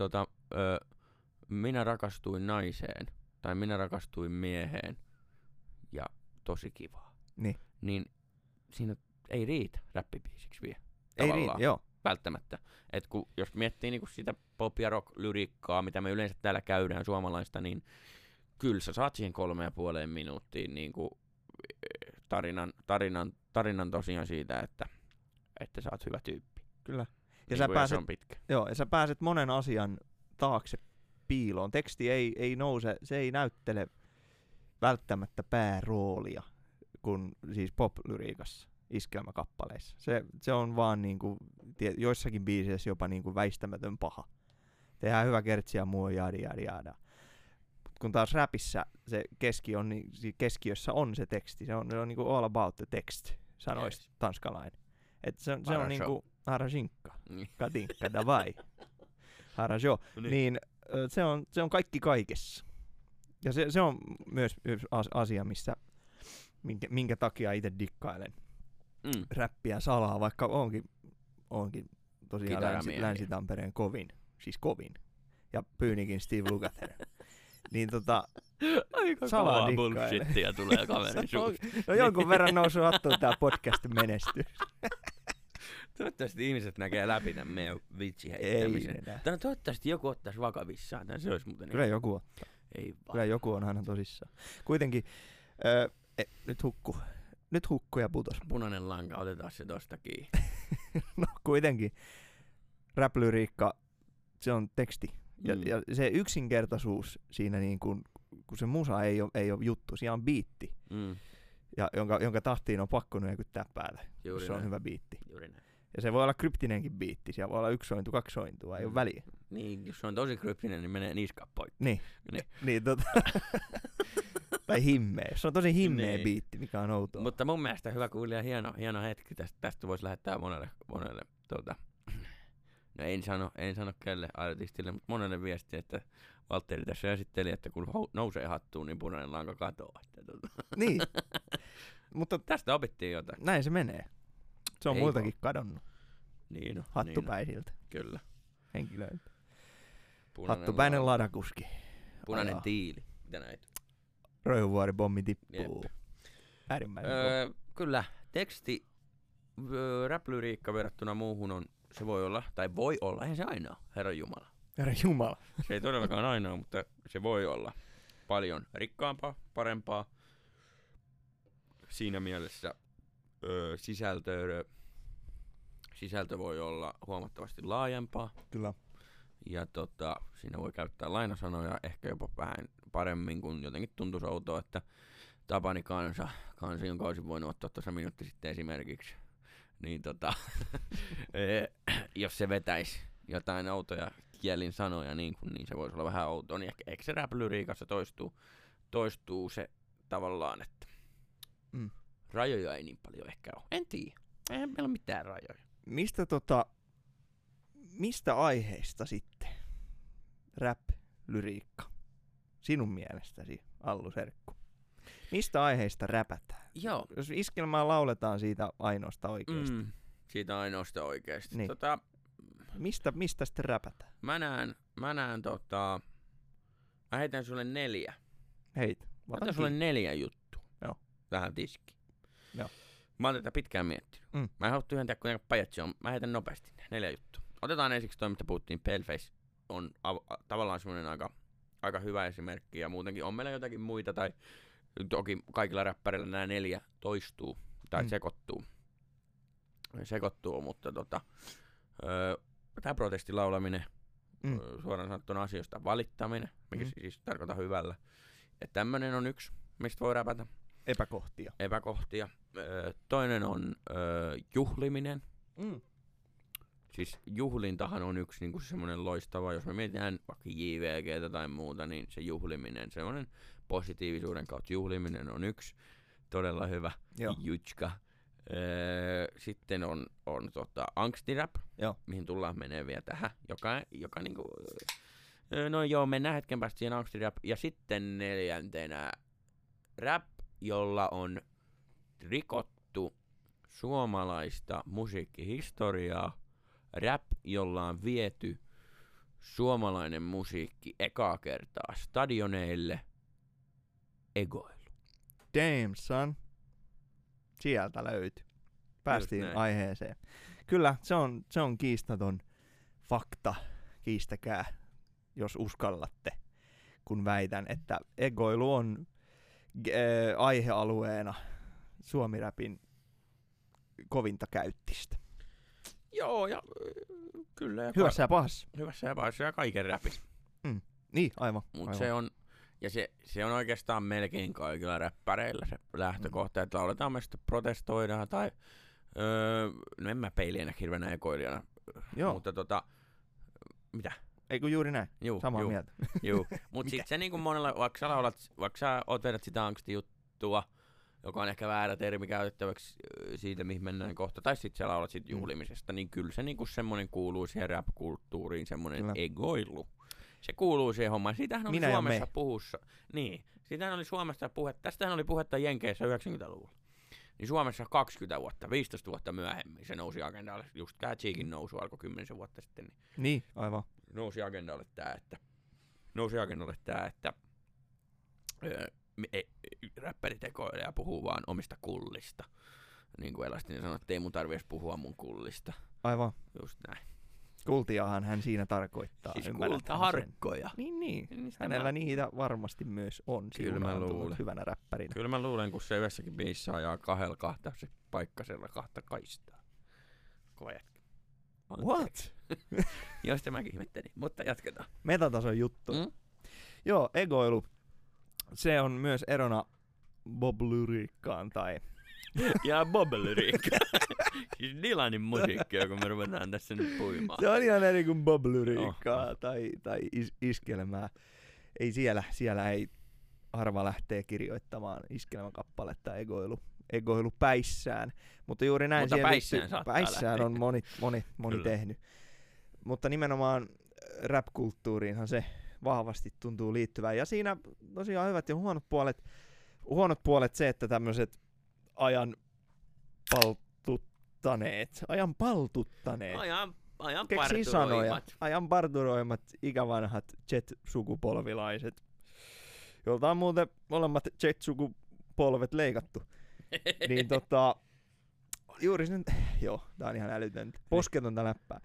minä rakastuin naiseen tai minä rakastuin mieheen ja tosi kivaa, niin siinä ei riitä räppibiisiksi vielä. Ei riitä, joo. Välttämättä. Et jos miettii niinku sitä pop- ja rock-lyriikkaa, mitä me yleensä täällä käydään suomalaista, niin kyllä sä saat siihen 3,5 minuuttiin niinku tarinan tosiaan siitä, että sä oot hyvä tyyppi. Kyllä. Ja sä pääset, se on pitkä. Joo, ja sä pääset monen asian taakse piiloon. Teksti ei nouse, se ei näyttele välttämättä pääroolia, kun siis pop-lyriikassa, iskelmäkappaleissa. Se on vaan niinku, joissakin biiseissä jopa niinku väistämätön paha. Tehdään hyvä kertsi ja muu jaada. Kun taas räpissä se keskiössä on se teksti. Se on niinku all about the text, sanoisi tanskalainen. Et se on niinku harashinkka, katinka, davai, harajo. Niin se on kaikki kaikessa. Ja se on myös asia, minkä takia itse dikkailen räppiä salaa, vaikka onkin tosiaan Länsi-Tampereen kovin, ja Pyynikin Steve Lukather. Niin aika kovaa bullshittia tulee kaverin suusta. No jonkun verran noussut hattuun tää podcast menestyy. Toivottavasti ihmiset näkee läpi tämän meidän vitsiheittämisen. Toivottavasti joku ottaisi vakavissaan. Se olisi muuten kyllä joku ottaa. Ei vaan. Kyllä joku on aina tosissaan. Kuitenkin, nyt hukku ja putos. Punainen lanka, otetaan se tosta kiinni. No kuitenkin, rap-lyriikka, se on teksti. Ja se yksinkertaisuus siinä niin kuin kun se musa ei ole juttu, siellä on biitti, ja jonka tahtiin on pakko nyökyttää päälle, jos se on hyvä biitti. Juuri näin. Ja se voi olla kryptinenkin biitti, siellä voi olla 1 sointu, 2 sointua, ei ole väliä. Niin, jos se on tosi kryptinen, niin menee niskat poikki. Niin. Tai himmeä. Se on tosi himmeä biitti, mikä on outoa. Mutta mun mielestä hyvä kuulija, hieno hetki. Tästä voisi lähettää monelle no en sano kelle artistille, mutta monelle viesti, että Valtteri tässä esitteli, että kun nousee hattuun, niin punainen lanka katoaa. Niin. Mutta tästä opittiin jotain. Näin se menee. Se on muiltakin kadonnut. Niin Hattupäisiltä. Kyllä. Henkilöiltä. Hattupäinen ladakuski. Punainen tiili. Mitä näitä? Roihuvuori pommi tippuu. Äärimmäinen. Kyllä. Teksti, rap-lyriikka verrattuna muuhun on, se voi olla, eihän se aina ole, Herran Jumala. Herran Jumala. Se ei todellakaan aina ole, mutta se voi olla paljon rikkaampaa, parempaa. Siinä mielessä sisältö voi olla huomattavasti laajempaa. Kyllä. Ja siinä voi käyttää lainasanoja ehkä jopa vähän paremmin, kun jotenkin tuntuisi outoa, että Tapani kansa jonka olisin voinut ottaa tuossa minuutti sitten esimerkiksi, niin jos se vetäisi jotain outoja kielin sanoja, niin se voisi olla vähän outoa, niin ehkä se rap-lyriikassa toistuu se tavallaan, että rajoja ei niin paljon ehkä ole. En tiedä. Eihän meillä ole mitään rajoja. Mistä aiheista sitten rap-lyriikka sinun mielestäsi, Allu Serkku? Mistä aiheista räpätään? Joo. Jos iskelmää lauletaan siitä ainoasta oikeasti. Siitä ainoasta oikeasti. Niin. Mistä sitten räpätään? Mä heitän sulle 4. Heit. Mä heitän sulle 4 juttua. Joo. Vähän tiski. Joo. Mä oon tätä pitkään miettinyt. Mä en halua tyhjentää kuitenkaan pajatsia. Mä heitän nopeasti 4 juttua. Otetaan ensiksi toi, mitä puhuttiin. Paleface on tavallaan semmoinen aika hyvä esimerkki. Ja muutenkin on meillä jotakin muita. Tai toki kaikilla räppäreillä nämä 4 toistuu. Tai sekoittuu. Mutta tämä protestilaulaminen, suoraan sanottuna asioista valittaminen, mikä siis tarkoittaa hyvällä. Ja tämmönen on yksi, mistä voi räpätä. Epäkohtia. Toinen on juhliminen. Siis juhlintahan on yksi niinku semmoinen loistava, jos me mietitään vaikka JVGtä tai muuta, niin se juhliminen, semmoinen positiivisuuden kautta juhliminen on yksi todella hyvä jutska. Sitten on angstirap, mihin tullaan menee vielä tähän, joka niinku, mennään hetken päästä siihen angstirap. Ja sitten 4. rap, jolla on rikottu suomalaista musiikkihistoriaa. Rap, jolla on viety suomalainen musiikki ekaa kertaa stadioneille. Egoilu. Damn son. Sieltä löytyi. Päästiin aiheeseen. Kyllä, se on kiistaton fakta. Kiistäkää, jos uskallatte, kun väitän, että egoilu on aihealueena Suomi-räpin kovinta käyttistä. Joo, ja kyllä. Ja hyvässä ja pahassa. Hyvässä ja pahassa ja kaiken räpissä. Niin, aivan. Mutta se on oikeastaan melkein kaikilla räppäreillä se lähtökohta, että lauletaan me sitten protestoidaan tai no en mä peilienä hirveänä ekoilijana. Joo. Mutta mitä? Ei kun juuri näin. Samaa mieltä. Juu. Mut sit se niinku monella, vaikka sä vedät sitä angstijuttua, joka on ehkä väärä termi käytettäväksi siitä, mihin mennään kohta, tai sit sä laulat sit juhlimisesta, niin kyllä se niinku semmonen kuuluu siihen rap-kulttuuriin, semmonen egoilu. Se kuuluu siihen hommaan. Siitähän oli Suomessa puhussa. Niin, siitähän oli Suomessa puhetta. Tästähän oli puhetta Jenkeissä 90-luvulla. Niin Suomessa 20 vuotta, 15 vuotta myöhemmin se nousi agendalle. Just tää Cheekin nousu alkoi 10 vuotta sitten. Niin, aivan. Nousi agendalle tää, että räppärit ekoilee ja puhuu vaan omista kullista. Niin kuin Elastinen sanoi, että ei mun tarvi edes puhua mun kullista. Aivan. Just näin. Kultiahan hän siinä tarkoittaa. Siis kultaharkkoja. Niin. Hänellä niitä varmasti myös on. Kyllä mä luulen. Hyvänä räppärinä. Kyllä mä luulen, kun se yhdessäkin biisissä ajaa 2 se paikkasella 2 kaistaa. Kova jätkä. What? Josta mäkin ihmettelin, mutta jatketaan. Metatason juttu. Joo, egoilu. Se on myös erona Bob-lyriikkaan tai... Ja Bob-lyriikka. Siis Dylanin musiikkia, kun me ruvetaan tässä nyt puimaan. Se on ihan eri kuin Bob-lyriikkaa tai iskelmää. Ei siellä ei harva lähtee kirjoittamaan iskelmäkappaletta egoilu päissään. Mutta juuri näin. Mutta päissään on moni tehnyt. Mutta nimenomaan rap-kulttuuriinhan se vahvasti tuntuu liittyvän. Ja siinä tosiaan hyvät ja huonot puolet. Huonot puolet se, että tämmöiset ajan parturoimat ikävanhat Jet-sukupolvilaiset, jolta on muuten molemmat Jet-sukupolvet leikattu. Niin juuri sen, joo, tää on ihan älytöntä, posketonta läppää.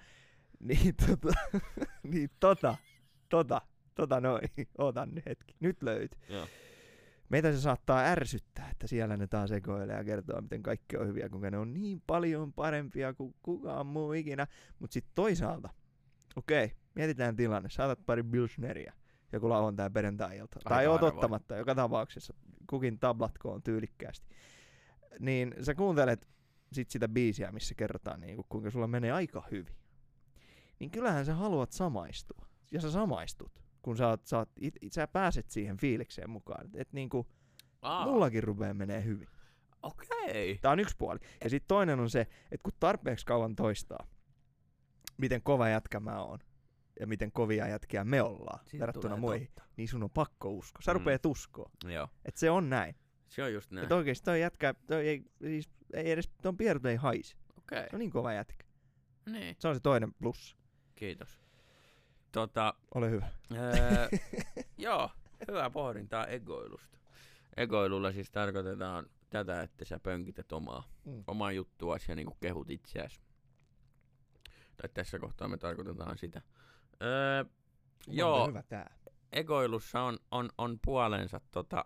Ootan nyt hetki, nyt löytyy. Joo. Meitä se saattaa ärsyttää, että siellä ne taas sekoilee ja kertoo, miten kaikki on hyviä, kuinka ne on niin paljon parempia kuin kukaan muu ikinä. Mutta sitten toisaalta, mietitään tilanne, saatat pari Bilsneriä joku lauantai perjantai-ilta. Tai oot ottamatta, joka tapauksessa, kukin tablatkoon tyylikkäästi. Niin sä kuuntelet sit sitä biisiä, missä kerrotaan niinku, kuinka sulla menee aika hyvin. Niin kyllähän sä haluat samaistua. Ja sä samaistut. Kun sä pääset siihen fiilikseen mukaan, että niinku, mullakin rupeaa menee hyvin. Okei. Tää on yksi puoli. Ja sitten toinen on se, että kun tarpeeksi kauan toistaa, miten kova jätkä mä oon, ja miten kovia jätkiä me ollaan siitä verrattuna muihin, niin sun on pakko uskoa. Sä rupeat uskoa. Joo. Että se on näin. Se on just näin. Että oikeesti toi jätkä, ei edes, ton pierut ei haise. Okei. Se on niin kova jätkä. Niin. Se on se toinen plussa. Kiitos. Ole hyvä. Joo, hyvää pohdintaa egoilusta. Egoilulla siis tarkoitetaan tätä, että sä pönkität omaa juttuasi ja niinku kehut itseäsi. Tai tässä kohtaa me tarkoitetaan sitä. Joo, hyvä tää. Egoilussa on puolensa,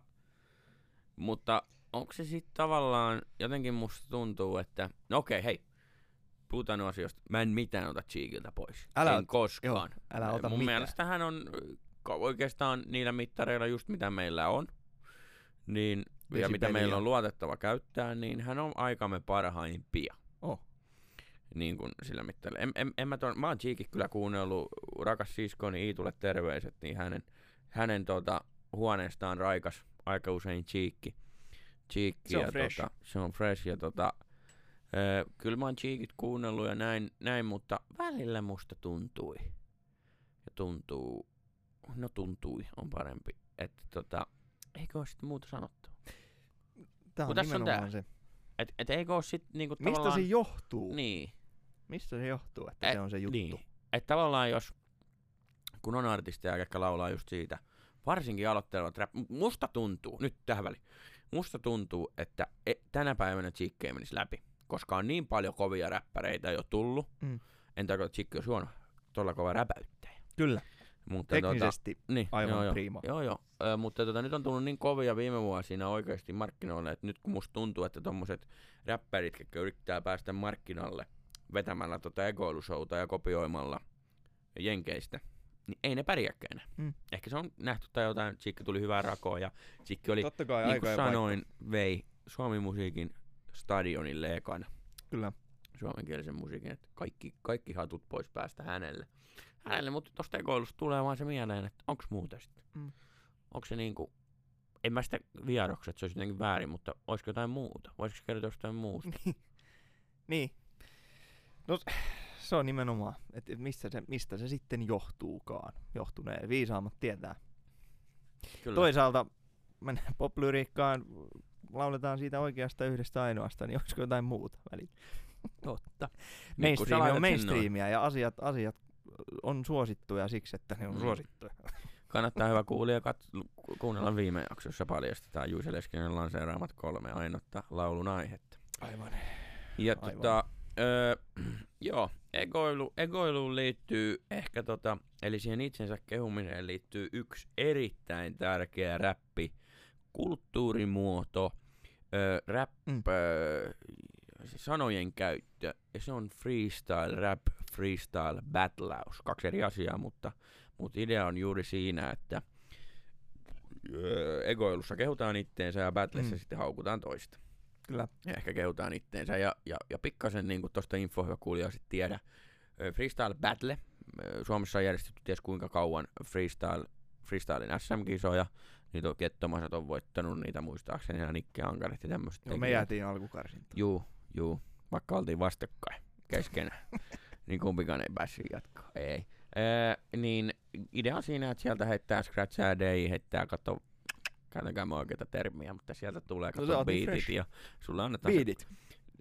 mutta onko se sitten tavallaan, jotenkin musta tuntuu, että no okei, hei, puhutaan asioista. Mä en mitään ota Cheekiltä pois. En koskaan. Joo, älä ota mun mitään. mielestä hän on oikeastaan niillä mittareilla just mitä meillä on. Niin, ja mitä meillä on luotettava käyttää, niin hän on aikamme parhaimpia. Niin kuin sillä mittarilla. Mä oon Cheekit kyllä kuunnellut, rakas siskoni Iitulle terveiset, niin hänen huoneestaan raikas aika usein Cheekki. Se on fresh. Se on fresh ja kyllä mä oon Cheekit kuunnellut ja näin, mutta välillä musta tuntui. Ja tuntui on parempi. Että eikö oo sit muuta sanottua? Tää on nimenomaan se. Et eikö oo sit niinku mistä tavallaan... se johtuu? Niin. Mistä se johtuu, että se on se juttu? Niin. Että tavallaan kun on artisteja, jotka laulaa just siitä, varsinkin aloittelevat rap, musta tuntuu, nyt tähän väliin, musta tuntuu, että tänä päivänä Cheekki ei menisi läpi, koska on niin paljon kovia räppäreitä jo tullut. En tarkoita, että Cheekki on huono, todella kova räpäyttäjä. Kyllä. Mutta teknisesti aivan prima. Joo. Mutta nyt on tullut niin kovia viime vuosina oikeasti markkinoille, että nyt kun musta tuntuu, että tommoset räppärit, jotka yrittää päästä markkinalle vetämällä egoilushowta ja kopioimalla jenkeistä, niin ei ne pärjääkään. Ehkä se on nähty tai jotain, Cheekki tuli hyvää rakoa ja Cheekki oli, niin kuin sanoin, vei Suomi-musiikin stadionille ekana. Kyllä. Suomenkielisen musiikin, että kaikki hatut pois päästä hänelle, mutta tosta egoilusta tulee vaan se mieleen, että onks muuta sitten? Onko se niinku, en mä sitä vieroksa, että se olisi jotenkin väärin, mutta olisiko jotain muuta? Voisiko kertoa jostain muusta? Niin. No se on nimenomaan, että mistä se sitten johtuukaan. Johtuneen viisaammat tietää. Kyllä. Toisaalta mennään pop-lyriikkaan, lauletaan siitä yhdestä ainoasta, niin olisiko jotain muuta välillä? Totta. Mainstream on mainstreamia ja asiat on suosittuja siksi, että ne on suosittuja. Kannattaa hyvä kuulija kuunnella viime jaksossa paljastetaan Juise Leskinen lanseeraamat 3 ainutta laulun aihetta. Aivan. Ja joo, egoiluun liittyy ehkä eli siihen itsensä kehumiseen liittyy yksi erittäin tärkeä kulttuurimuoto, sanojen käyttö, ja se on freestyle rap, freestyle battlaus. 2 eri asiaa, mutta idea on juuri siinä, että egoilussa kehutaan itteensä ja battlessa sitten haukutaan toista. Kyllä. Ja ehkä kehutaan itteensä. Ja pikkasen niin tosta info hyvä kuulija sit tiedä. Freestyle Battle. Suomessa on järjestetty ties kuinka kauan freestylen SM-kisoja. Niitä on Kettomaset on voittanut niitä muistaakseni ja Nikke Ankaret ja tämmöset. Joo, me jäätiin alkukarsintaan. Juu. Vaikka oltiin vastakkain keskenään. Niin kumpikaan ei päässyt jatkaa. Ei. Niin idea on siinä, että sieltä heittää scratchaa day, heittää käytäkään mä oikeita termiä, mutta sieltä tulee beatit ja sulla annetaan beatit.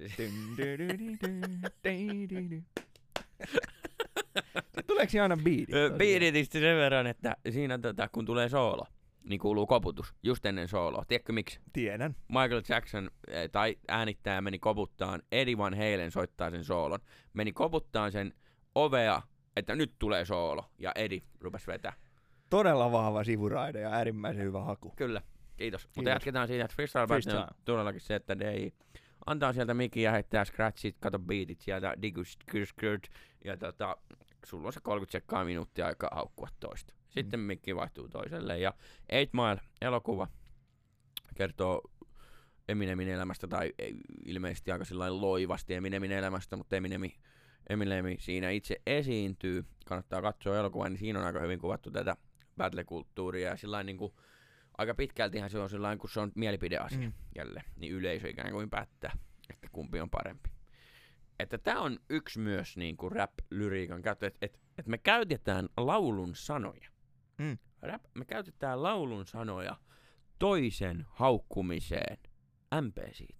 Tuleeko siinä aina beatit? Beatitistä sen verran, että siinä kun tulee soolo, niin kuuluu koputus just ennen sooloa. Tiedätkö miksi? Tiedän. Michael Jackson tai äänittäjä meni koputtaan, Eddie Van Halen soittaa sen soolon. Meni koputtaan sen ovea, että nyt tulee soolo, ja Eddie rupesi vetää. Todella vahva sivuraide ja äärimmäisen hyvä haku. Kyllä, kiitos. Mutta jatketaan siitä, että freestyle on todellakin se, että Dei antaa sieltä mikin ja heittää scratchit, kato beatit sieltä, diguskyrskyrt, ja sulla on se 30 sekkaa minuuttia aikaa haukkua toista. Sitten mikki vaihtuu toiselle, ja 8 Mile elokuva kertoo Eminemin elämästä, tai ilmeisesti aika sillain loivasti Eminemin elämästä, mutta Eminemi siinä itse esiintyy. Kannattaa katsoa elokuvaa, niin siinä on aika hyvin kuvattu tätä battle-kulttuuria, ja sillain niinku aika pitkältihän se on sillain, kun se on mielipideasia jälleen, niin yleisö ikään kuin päättää, että kumpi on parempi. Että tää on yksi myös niinku rap-lyriikan käyttö, että me käytetään laulun sanoja. Me käytetään laulun sanoja toisen haukkumiseen. MP siitä.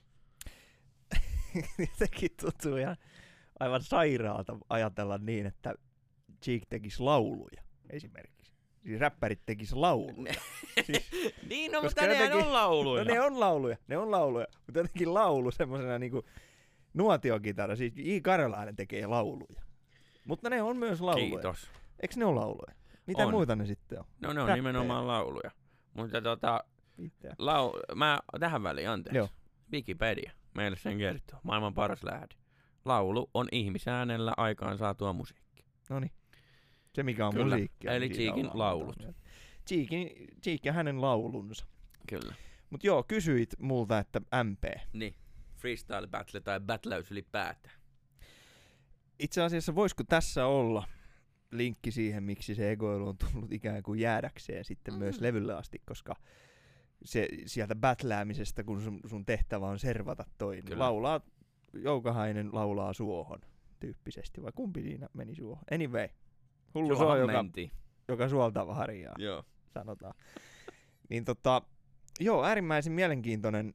Sekin tuntuu ihan aivan sairaalta ajatella niin, että Cheek tekisi lauluja esimerkiksi. Siis räppärit tekisi lauluja. Siis, niin, no, mutta ne on lauluja. No, ne on lauluja. Mutta jotenkin laulu semmosena niinku nuotiokitara. Siis J. Karjalainen tekee lauluja. Mutta ne on myös lauluja. Kiitos. Eikö ne ole lauluja? Mitä muuta ne sitten on? No ne on nimenomaan lauluja. Mutta mä tähän väliin, anteeksi. Joo. Wikipedia meille sen kertoo. Maailman paras lähde. Laulu on ihmisäänellä aikaan saatua musiikkia. Noniin. Se mikä on Kyllä. musiikkia. Eli Cheekin laulut. Cheek ja hänen laulunsa. Kyllä. Mut joo, kysyit multa, että MP. Niin. Freestyle battle tai battleys ylipäätään. Itse asiassa voisiko tässä olla linkki siihen, miksi se egoilu on tullut ikään kuin jäädäkseen sitten myös levylle asti, koska se sieltä battläämisestä, kun sun tehtävä on servata toi, niin laulaa, Joukahainen laulaa suohon tyyppisesti, vai kumpi siinä meni suohon? Anyway, hullu se on, joka suolta harjaa, joo. Sanotaan. Niin joo, äärimmäisen mielenkiintoinen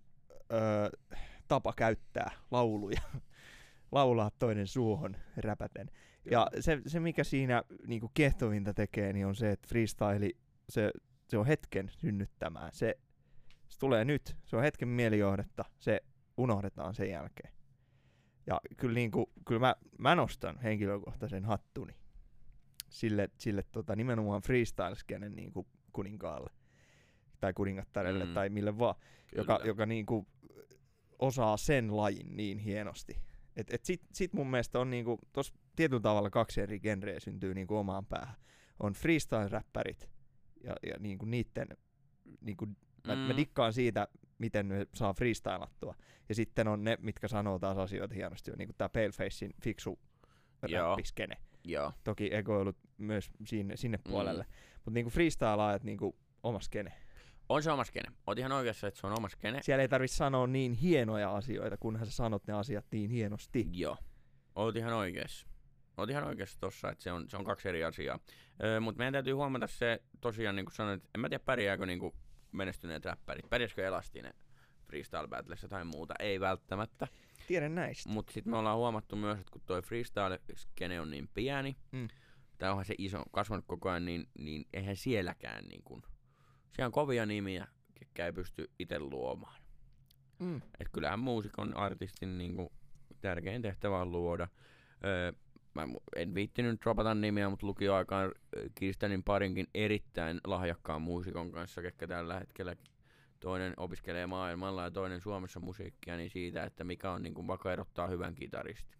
tapa käyttää lauluja, laulaa toinen suohon räpäten. Ja se mikä siinä niinku kiehtovinta tekee, niin on se, että freestyle, se on hetken synnyttämää. Se tulee nyt, se on hetken mielijohdetta, se unohdetaan sen jälkeen. Ja kyllä mä nostan henkilökohtaisen hattuni sille nimenomaan freestyle-skenen niinku kuninkaalle tai kuningattarelle tai mille vaan, joka niinku osaa sen lajin niin hienosti. Et sit mun mielestä on niinku tossa tietyllä tavalla kaksi eri genreä syntyy niinku omaan päähän. On freestyle-räppärit ja niinku niitten niinku mä dikkaan siitä, miten ne saa freestylattua. Ja sitten on ne, mitkä sanoo taas asioita hienosti, niinku tää Palefacein fiksu räppiskene. Joo. Toki egoilut myös sinne puolelle. Mutta niinku freestylaajat niinku oma skene. On se oma skene. Oot ihan oikeassa, että se on oma skene. Siellä ei tarvitse sanoa niin hienoja asioita, kunhan sä sanot ne asiat niin hienosti. Joo. Oot ihan oikeassa. Oot ihan oikeassa tossa, että se on kaksi eri asiaa. Mutta meidän täytyy huomata se tosiaan, niin kuin sanoin, että en mä tiedä pärjääkö niinku menestyneet räppärit. Pärjäskö Elastinen freestyle battlessa tai muuta? Ei välttämättä. Tiedän näistä. Mutta sitten me ollaan huomattu myös, että kun toi freestyle-skene on niin pieni, tai onhan se iso, kasvanut koko ajan, niin eihän sielläkään niin kuin, siellä on kovia nimiä, ketkä ei pysty itse luomaan. Et kyllähän muusikon, artistin niin kuin, tärkein tehtävä on luoda. Mä en viittinyt dropata nimiä, mutta lukioaikaan kiistänin parinkin erittäin lahjakkaan muusikon kanssa, ketkä tällä hetkellä toinen opiskelee maailmalla ja toinen Suomessa musiikkia, niin siitä, että mikä on niin kuin vaikka erottaa hyvän kitaristin.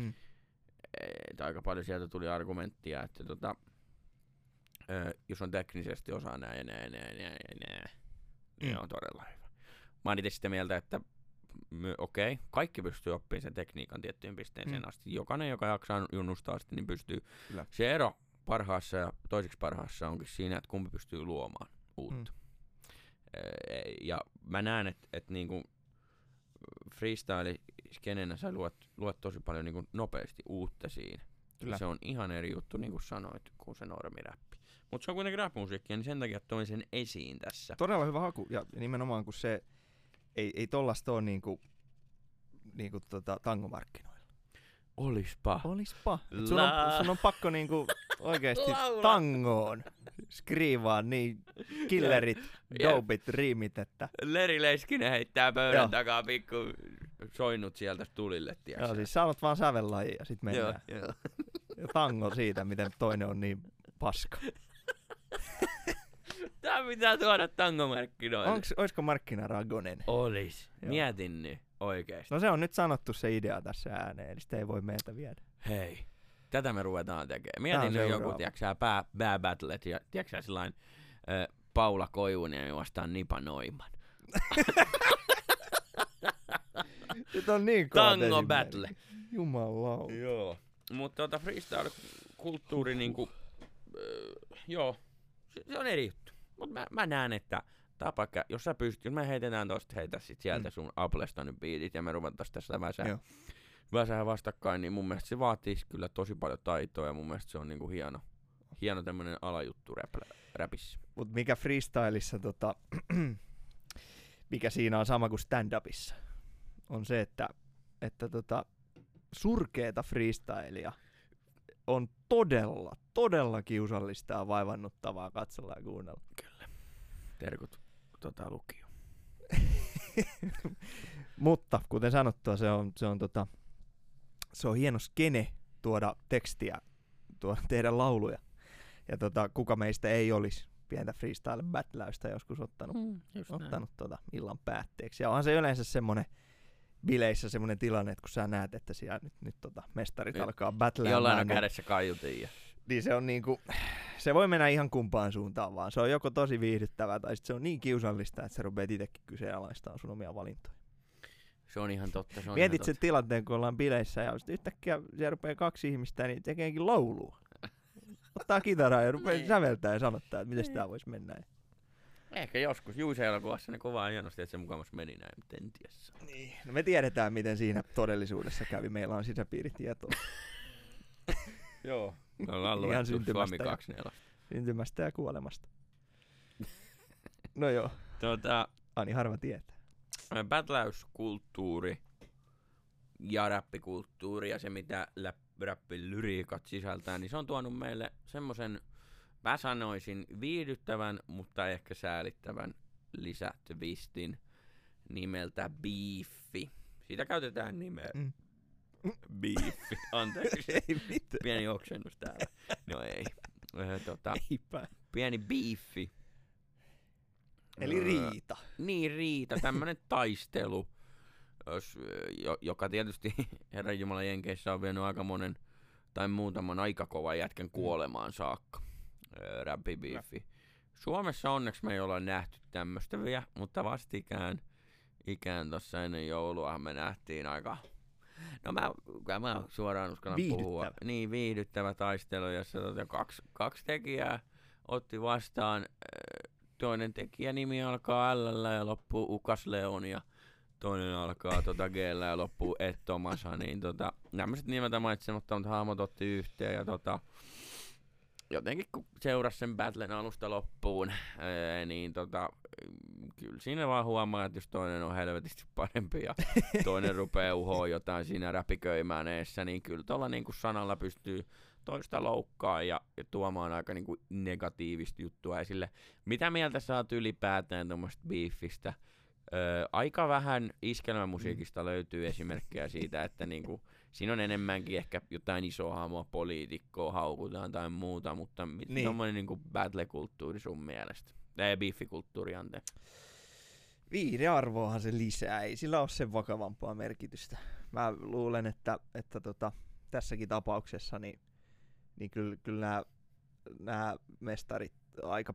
Aika paljon sieltä tuli argumenttia, että jos on teknisesti osaa näin, niin on todella hyvä. Mä oon itse sitä mieltä, että okei, kaikki pystyy oppimaan sen tekniikan tiettyyn pisteeseen asti. Jokainen, joka jaksaa junnustaa asti, niin pystyy. Kyllä. Se ero parhaassa ja toiseksi parhaassa onkin siinä, että kumpi pystyy luomaan uutta. Ja mä näen, että niinku freestyle-skenenä sä luot tosi paljon niinku nopeasti uutta siinä. Kyllä. Se on ihan eri juttu, niin kuin sanoit, kuin se normiräppi. Mutta se on kuitenkin rap-musiikkia, niin sen takia toin sen esiin tässä. Todella hyvä haku, ja nimenomaan kun se ei tollasta ole niinku tangomarkkinoilla. Olispa. Sun on pakko niinku oikeesti tangoon skriivaa niin killerit, dopit, riimit, että... Leri Leskinen heittää pöydän takaa pikku soinnut sieltä tulille, tiiäksä. Joo, siis sanot vaan sävellajia ja sit mennään. Joo. Ja tango siitä, miten toinen on niin paska. Tää pitää tuoda tangomarkkinoille. Oisko markkinaragonen? Olis. Joo. Mietin nyt oikeesti. No se on nyt sanottu se idea tässä ääneen, eli sitä ei voi meiltä viedä. Hei, tätä me ruvetaan tekemään. Mietin nyt joku, tiiäksä, battlet ja tiiäksä sellainen Paula Koivunen vastaan Nipa Noiman. Nyt on niin kovat Tango battle. Jumalauta. Joo. Mutta freestyle-kulttuuri niinku, joo, se on eri juttu. Mutta mä näen, että tapakka, jos sä pystyt, jos me heitetään tosta sit sieltä sun Applesta nyt beatit ja me ruvetaan tässä väsää vastakkain, niin mun mielestä se vaatii kyllä tosi paljon taitoa ja mun mielestä se on niinku hieno tämmönen alajuttu räpissä. Mut mikä freestylissa, mikä siinä on sama kuin stand-upissa, on se, että surkeeta freestylia on todella kiusallista ja vaivannuttavaa katsella ja kuunnella. Kyllä. Terkut lukio. Mutta kuten sanottua, se on hieno skene tuoda tekstiä, tehdä lauluja. Ja kuka meistä ei olisi pientä freestyle-battläystä joskus ottanut illan päätteeksi. Ja onhan se yleensä semmoinen bileissä semmoinen tilanne, että kun sä näet, että siellä nyt mestarit alkaa battläämään. Jollain on kädessä kaiutin. Niin se on niinku, se voi mennä ihan kumpaan suuntaan vaan. Se on joko tosi viihdyttävää tai sit se on niin kiusallista, että sä rupeat itsekin kyseenalaistamaan sun omia valintoja. Se on ihan totta. Mietit sen tilanteen, kun ollaan bileissä ja sitten yhtäkkiä siellä rupeaa 2 ihmistä, niin tekeekin laulua. Ottaa kitaraa ja rupeaa säveltää ja sanottaa, että miten tää vois mennä. Ehkä joskus. Juuse-elokuvassa ne kovaa hienosti, että se mukamassa meni näin, mutta en tiedä. Niin. No me tiedetään, miten siinä todellisuudessa kävi. Meillä on sisäpiiritietoa. Joo. Me ollaan luettu Suomi 24. Syntymästä ja kuolemasta. No joo. Ani harva tietää. Battläyskulttuuri ja räppikulttuuri ja se, mitä räppilyriikat sisältää, niin se on tuonut meille semmoisen, mä sanoisin, viihdyttävän, mutta ehkä säälittävän lisätvistin nimeltä Beefi. Siitä käytetään nimeä Beefi. Anteeksi. Ei mitään. Pieni oksennus täällä. No ei. Eipä. Pieni Beefi. Eli riita. Niin, riita. Tämmönen taistelu, joka tietysti Herranjumala Jenkeissä on vienyt aika monen tai muutaman aika kovan jätkän kuolemaan saakka. Räppibiifi. Suomessa onneksi me ei olla nähty tämmöstä vielä, mutta vastikään tossa ennen joulua me nähtiin aika... No mä suoraan uskallan puhua. Niin, viihdyttävä taistelu, jossa kaksi tekijää otti vastaan. Toinen tekijä nimi alkaa L ja loppuu Ukas Leon ja toinen alkaa G ja loppuu Ed Tomasa. Niin nämmäiset nimeltä mainitsematta, hahmot otti yhteen ja jotenkin kun seurasi sen battlen alusta loppuun, niin kyllä siinä vaan huomaa, että jos toinen on helvetisti parempi ja toinen rupeaa uhoa jotain siinä räpiköimään eessä, niin kyllä tuolla niinku sanalla pystyy toista loukkaa ja tuomaan aika niinku negatiivista juttua esille. Mitä mieltä sä oot ylipäätään tuommoista beefistä? Aika vähän iskelmämusiikista löytyy esimerkkejä siitä, että niinku, siinä on enemmänkin ehkä jotain isoa hahmoa, poliitikkoa haukutaan tai muuta, mutta niin. Tommoinen niinku battle-kulttuuri sun mielestä? Beefikulttuuri, anteeksi. Viihdearvoahan se lisää, ei sillä ole sen vakavampaa merkitystä. Mä luulen, että tässäkin tapauksessa niin kyllä nämä mestarit aika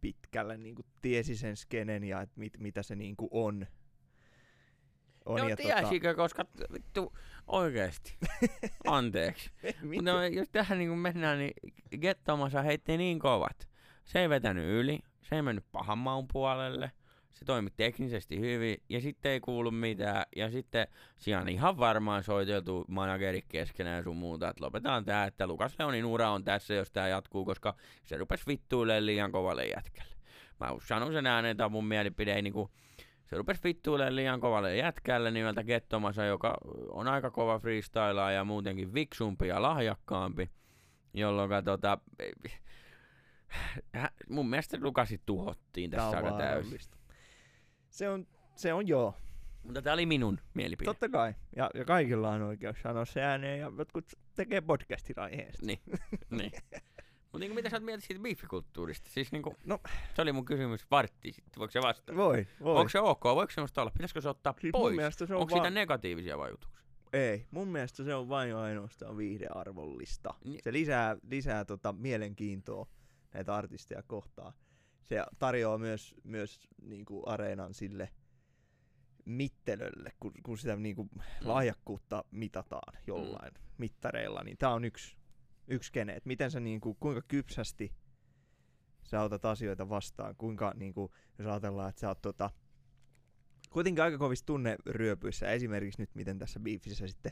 pitkälle, niinku tiesi sen skenen ja että mitä se niinku on. Joo, ja tiesikö, koska vittu oikeesti. Anteeksi. Mutta jos tähän niinku mennään, niin Gettomasa heitti niin kovat. Se ei vetänyt yli, se ei mennyt pahan maun puolelle. Se toimi teknisesti hyvin ja sitten ei kuulu mitään. Ja sitten siinä on ihan varmaan soiteltu managerit keskenään ja sun muuta, että lopetaan tää, että Lukas Leonin ura on tässä, jos tää jatkuu, koska se rupesi vittuilemaan liian kovalle jätkälle. Mä sanon sen ääneen, että mun mielipide ei niinku... Se rupesi vittuilemaan liian kovalle jätkälle nimeltä Gettomasa, joka on aika kova freestylaa ja muutenkin fiksumpi ja lahjakkaampi, jolloin mun mielestä Lukasit tuhottiin tässä aika täysin. Se on joo. Mutta tää oli minun mielipide. Totta kai. Ja kaikilla on oikeus sanoa se ääneen ja jotkut tekee podcastin aiheesta. Niin. Mutta niinku, mitä sä oot mieltä siitä biifikulttuurista? Siis niinku, se oli mun kysymys vartti sitten. Voiko se vastata? Voi. Onko se ok? Voiko semmoista olla? Pitäisikö se ottaa siis pois? Onko siitä negatiivisia vaikutuksia? Ei. Mun mielestä se on vain ja ainoastaan viihdearvollista. Se lisää mielenkiintoa näitä artisteja kohtaan. Se tarjoaa myös niinku areenan sille mittelölle, kun sitä niinku lahjakkuutta mitataan jollain mittareilla, niin tää on yksi skene, että miten sä niinku, kuinka kypsästi sä otat asioita vastaan, kuinka niinku, jos ajatellaan, että sä oot kuitenkin aika kovissa tunneryöpyissä, esimerkiksi nyt miten tässä biifissä sitten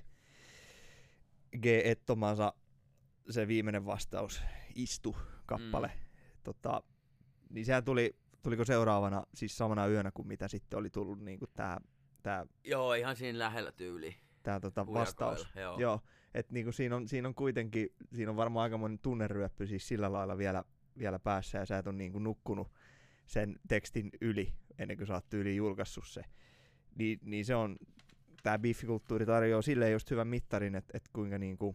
Gettomasa se viimeinen vastaus kappale, niin sehän tuliko seuraavana, siis samana yönä kuin mitä sitten oli tullut niinku tää Joo, ihan siinä lähellä tyyli. Tää vastaus. Joo. Et niinku siinä on kuitenkin, siinä on varmaan aikamoinen tunneryöppy siis sillä lailla vielä päässä ja sä et on niinku nukkunut sen tekstin yli ennen kuin sä oot tyyliin julkaissut se. Niin se on, tää biiffikulttuuri tarjoaa silleen just hyvän mittarin, että kuinka niinku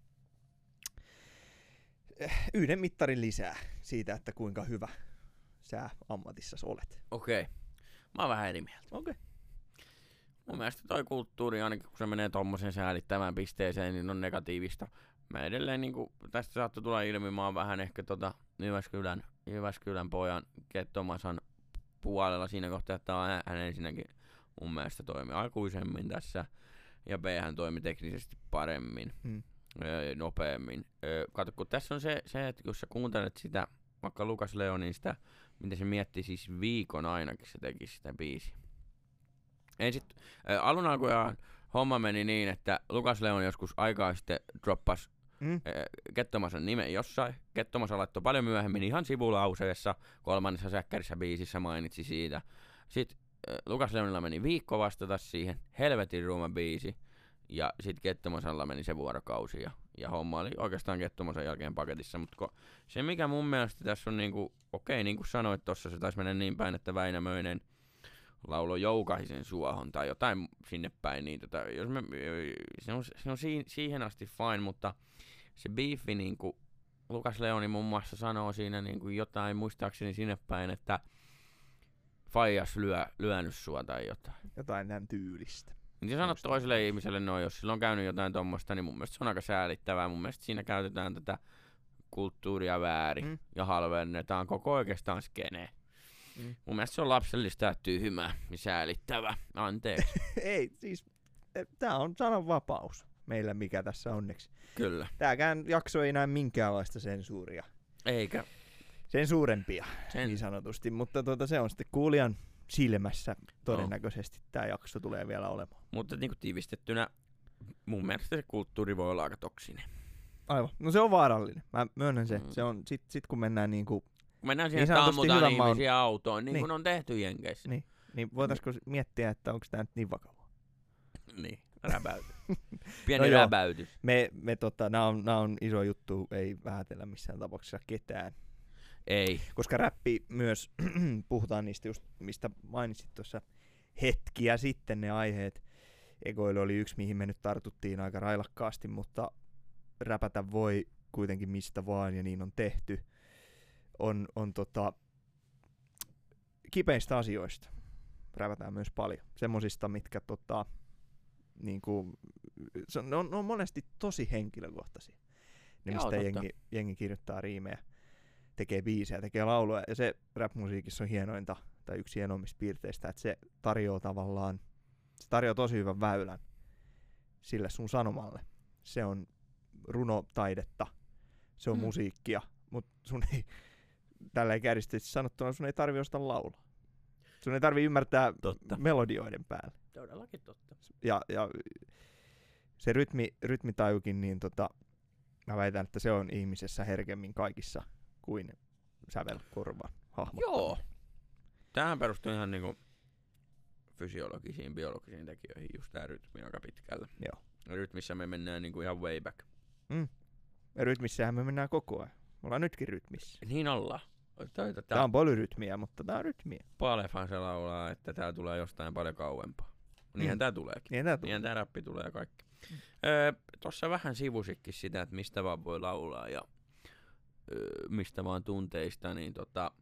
yhden mittarin lisää siitä, että kuinka hyvä sä ammatissasi olet. Okei. Mä oon vähän eri mieltä. Okei. Mun mielestä toi kulttuuri, ainakin kun se menee tommosen säälittävään pisteeseen, niin on negatiivista. Mä edelleen niinku, tästä saattoi tulla ilmi, mä oon vähän ehkä Jyväskylän pojan Gettomasan puolella siinä kohtaa, että hän ensinnäkin mun mielestä toimi aikuisemmin tässä, ja B hän toimi teknisesti paremmin, nopeammin. Kato, kun tässä on se, että kun sä kuuntelet sitä, vaikka Lukas Leonin sitä, miten se mietti siis viikon ainakin se teki sitä biisiä. Alun alkujaan homma meni niin, että Lukas Leon joskus aikaa sitten droppasi Gettomasan nimen jossain. Gettomasa laittoi paljon myöhemmin ihan sivulauseessa 3. säkkärissä biisissä mainitsi siitä. Sitten Lukas Leonilla meni viikko vastata siihen, helvetin ruuma biisi. Ja sitten Gettomasalla meni se vuorokausi ja homma oli oikeastaan Gettomasan jälkeen paketissa. Mutta se mikä mun mielestä tässä on niinku, niin kuin sanoit tossa, se taisi mennä niin päin, että Väinämöinen laulo Joukahisen suohon tai jotain sinne päin, niin jos se on siihen asti fine, mutta se beefi, niin kuin Lukas Leoni muun muassa sanoo siinä niin kuin jotain, muistaakseni sinne päin, että faijas lyönyt sua tai jotain. Jotain tämän tyylistä. Niin sä sanot toiselle ihmiselle, no jos sillä on käynyt jotain tommoista, niin mun mielestä se on aika säälittävää. Mun mielestä siinä käytetään tätä kulttuuria väärin ja halvennetaan koko oikeastaan skeneen. Mun mielestä se on lapsellista ja tyhmää ja säälittävää. Anteeksi. Ei, siis tää on sananvapaus meillä, mikä tässä onneksi. Kyllä. Tääkään jakso ei näe minkäänlaista sensuuria. Eikä. Sen suurempia, niin sanotusti. Mutta se on sitten kuulijan silmässä todennäköisesti tää jakso tulee vielä olemaan. Mutta niin kuin tiivistettynä, mun mielestä se kulttuuri voi olla aika toksinen. Aivan. No se on vaarallinen. Mä myönnän se. Se on sit kun mennään niinku kun mennään siihen, että ammutaan ihmisiä autoon, niin kuin on tehty Jenkeissä. Niin voitaisko miettiä, että onko tämä nyt niin vakavaa? Niin, räbäytys. Pieni räbäytys. Nämä on iso juttu, ei vähätellä missään tapauksessa ketään. Ei. Koska räppi myös, puhutaan niistä just, mistä mainitsit tuossa hetkiä sitten ne aiheet. Egoilu oli yksi, mihin me nyt tartuttiin aika railakkaasti, mutta räpätä voi kuitenkin mistä vaan ja niin on tehty. On kipeistä asioista rävätään myös paljon. Semmosista, mitkä niinku, ne on monesti tosi henkilökohtaisia. Ne, mistä jengi kirjoittaa riimejä. tekee biisejä, tekee lauluja. Ja se rap-musiikissa on hienointa, tai yksi hienoimmista piirteistä, että se tarjoaa tosi hyvän väylän sille sun sanomalle. Se on runotaidetta, se on musiikkia, mutta sun ei, tällä ei kärjistetysti sanottuna, sun ei tarvi ostaa laulaa. Sun ei tarvi ymmärtää melodioiden päälle. Todellakin totta. Ja se rytmitajukin, niin mä väitän, että se on ihmisessä herkemmin kaikissa kuin sävelkorvan hahmottaminen. Joo. Tähän perustuu ihan niinku fysiologisiin, biologisiin tekijöihin just tää rytmi aika pitkällä. Joo. Rytmissä me mennään niinku ihan way back. Ja rytmissähän me mennään koko ajan. Me ollaan nytkin rytmissä. Niin ollaan. Tää on polyrytmiä, mutta tää on rytmiä. Palefan se laulaa, että tää tulee jostain paljon kauempaa. Niinhän tää tuleekin. Niinhän tää rappi tulee ja kaikki. Tossa vähän sivusikin sitä, että mistä vaan voi laulaa ja mistä vaan tunteista, niin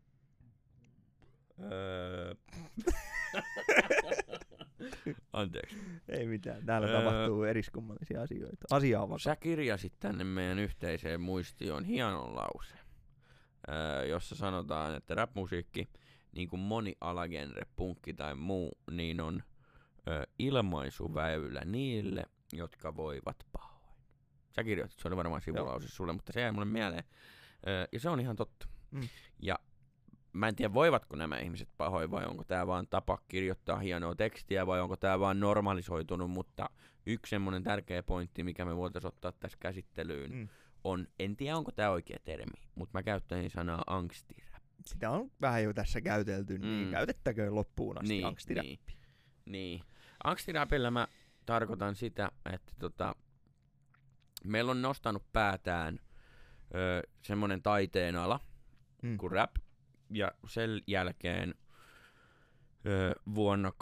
anteeksi. Ei mitään, täällä tapahtuu eriskummallisia asioita. Asia on vaka. Sä kirjasit tänne meidän yhteiseen muistioon hienon lause, jossa sanotaan, että rap-musiikki, niin kuin moni alagenre, punkki tai muu, niin on ilmaisuväylä niille, jotka voivat pahoin. Sä kirjoitit, se oli varmaan sivulause sulle, mutta se jäi mulle mieleen. Ja se on ihan totta. Ja mä en tiedä, voivatko nämä ihmiset pahoin vai onko tää vaan tapa kirjoittaa hienoa tekstiä vai onko tää vaan normalisoitunut, mutta yksi semmonen tärkeä pointti, mikä me voitaisiin ottaa tässä käsittelyyn, on, en tiedä onko tää oikea termi, mutta mä käyttäisin sanaa angstirap. Sitä on vähän jo tässä käytelty, niin käytettäköön loppuun asti angstirappi. Niin. Angstirapilla mä tarkoitan sitä, että meillä on nostanut päätään semmonen taiteen ala kuin rap. Ja sen jälkeen vuonna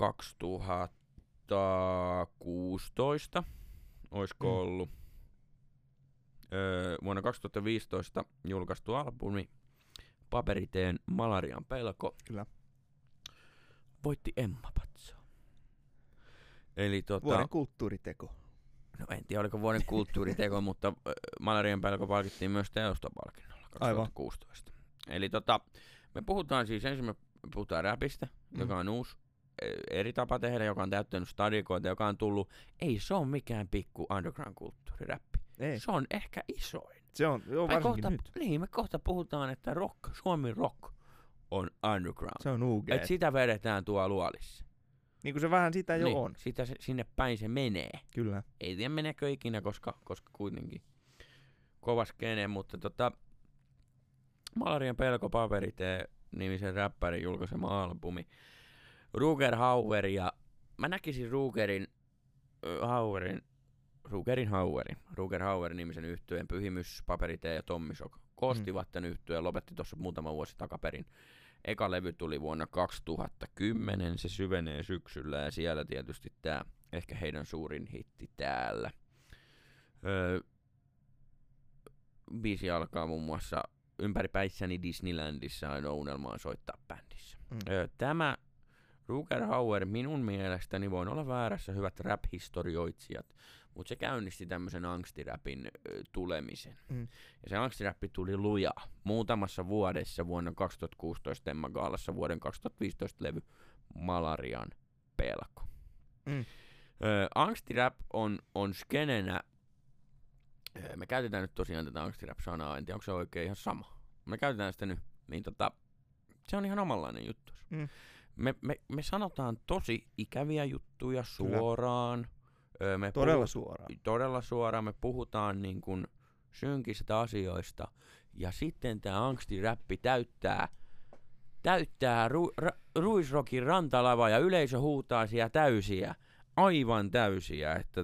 2016, oisko ollut, vuonna 2015 julkaistu albumi Paperiteen Malarian pelko. Kyllä. Voitti Emma Patso. Eli vuoden kulttuuriteko. No en tiedä oliko vuoden kulttuuriteko, mutta Malarian pelko palkittiin myös teostopalkinnolla 2016. Aivan. Eli me puhutaan siis ensin me puhutaan rapista, joka on uusi eri tapa tehdä, joka on täyttänyt stadikoita, joka on tullut, ei se ole mikään pikku underground-kulttuuriräppi. Ei. Se on ehkä isoin. Se on, varsinkin nyt. Niin, me kohta puhutaan, että Suomi rock on underground. Se on UG. Että sitä vedetään tuolla luolissa. Niin kuin se vähän sitä jo on. Sinne päin se menee. Kyllä. Ei tiedä meneekö ikinä, koska kuitenkin kova skene, mutta Malarian pelko Paperitee nimisen räppärin julkaisema albumi. Ruger Hauer ja mä näkisin Ruger Hauer nimisen yhtyeen Pyhimys, Paperitee ja Tommi Shock koostivat tän yhtyeen, lopetti tuossa muutama vuosi takaperin. Eka levy tuli vuonna 2010, se syvenee syksyllä ja siellä tietysti tää ehkä heidän suurin hitti täällä. Biisi alkaa muun muassa ympäripäissäni Disneylandissa ainoa unelma on soittaa bändissä. Tämä Ruger Hauer minun mielestäni, voin olla väärässä, hyvät rap-historioitsijat, mutta se käynnisti tämmöisen angstiräpin tulemisen. Ja se angstiräppi tuli luja muutamassa vuodessa vuonna 2016 Emma Gaalassa vuoden 2015 levy Malarian pelko. Angstirap on skenenä, me käytetään nyt tosiaan tätä angstirap-sanaa, en tiedä onko se oikein ihan sama. Me käytetään sitä nyt, niin se on ihan omanlainen juttu. Me sanotaan tosi ikäviä juttuja suoraan. Todella suoraan. Me puhutaan niin kuin synkistä asioista. Ja sitten tää angstiräppi täyttää Ruisrockin rantalava ja yleisö huutaa siellä täysiä. Aivan täysiä. Että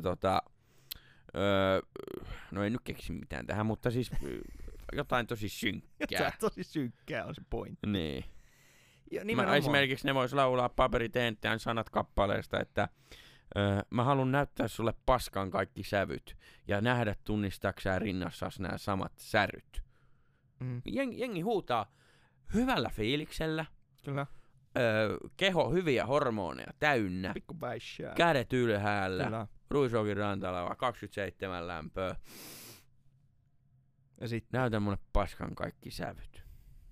no en nyt keksi mitään tähän, mutta siis jotain tosi synkkää. Tosi synkkää on se pointti. Niin. Esimerkiksi ne vois laulaa Paperiteentään sanat kappaleesta, että mä haluan näyttää sulle paskan kaikki sävyt ja nähdä tunnistaksää rinnassas nämä samat säryt. Jengi huutaa hyvällä fiiliksellä. Kyllä. Keho hyviä hormoneja täynnä. Pikku päissää. Kädet ylhäällä. Ruisrockin rantalava 27 lämpöä. Ja sit näytä mulle paskan kaikki sävyt.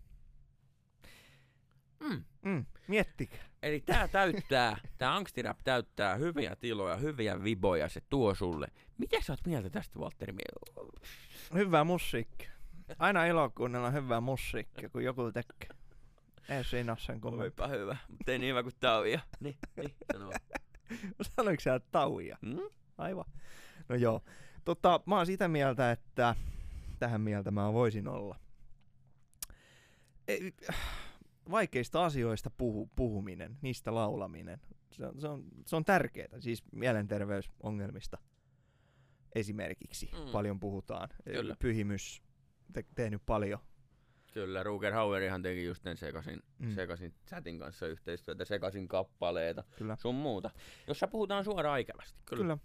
Miettikää. Eli tää angstirap täyttää hyviä tiloja, hyviä viboja, se tuo sulle. Mitä sä oot mieltä tästä, Valtteri? Hyvää musiikkia. Aina ilo kuunnella hyvää musiikkia, kun joku tekee. Ei siinä ole sen kummempaa. Oipa hyvä, mutta ei niin hyvä kuin Tauja. Niin, sanoo. Sanoinko sä Tauja? Aivan. No joo. Mä oon sitä mieltä, että tähän mieltä mä voisin olla. Vaikeista asioista puhuminen, niistä laulaminen, se on tärkeää. Siis mielenterveysongelmista esimerkiksi paljon puhutaan. Kyllä. Pyhimys tehnyt paljon. Kyllä, Ruger Hauerihan teki just sekasin chatin kanssa yhteistyötä, sekasin kappaleita, Kyllä. sun muuta. Jossa puhutaan suoraan ikävästi. Kyllä.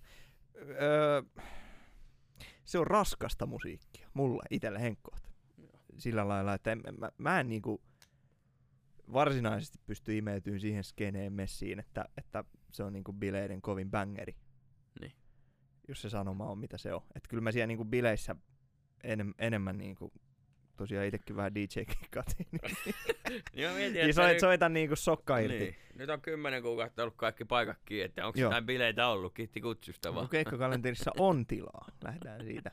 Se on raskasta musiikkia, mulle itselle henkkoht. Sillä lailla, että mä en niinku varsinaisesti pysty imeytymään siihen skeneen messiin, että se on niinku bileiden kovin bangeri. Niin. Jos se sanoma on mitä se on. Että kyllä mä siellä niinku bileissä enemmän niinku, tosiaan itsekin vähän DJ-kikkatin. Niin soitan niinku sokka irti. Niin. Nyt on 10 kuukautta ollut kaikki paikat kiinni, että onko jotain bileitä ollut, kiitti kutsusta vaan. Keikkakalenterissa on tilaa, lähdetään siitä.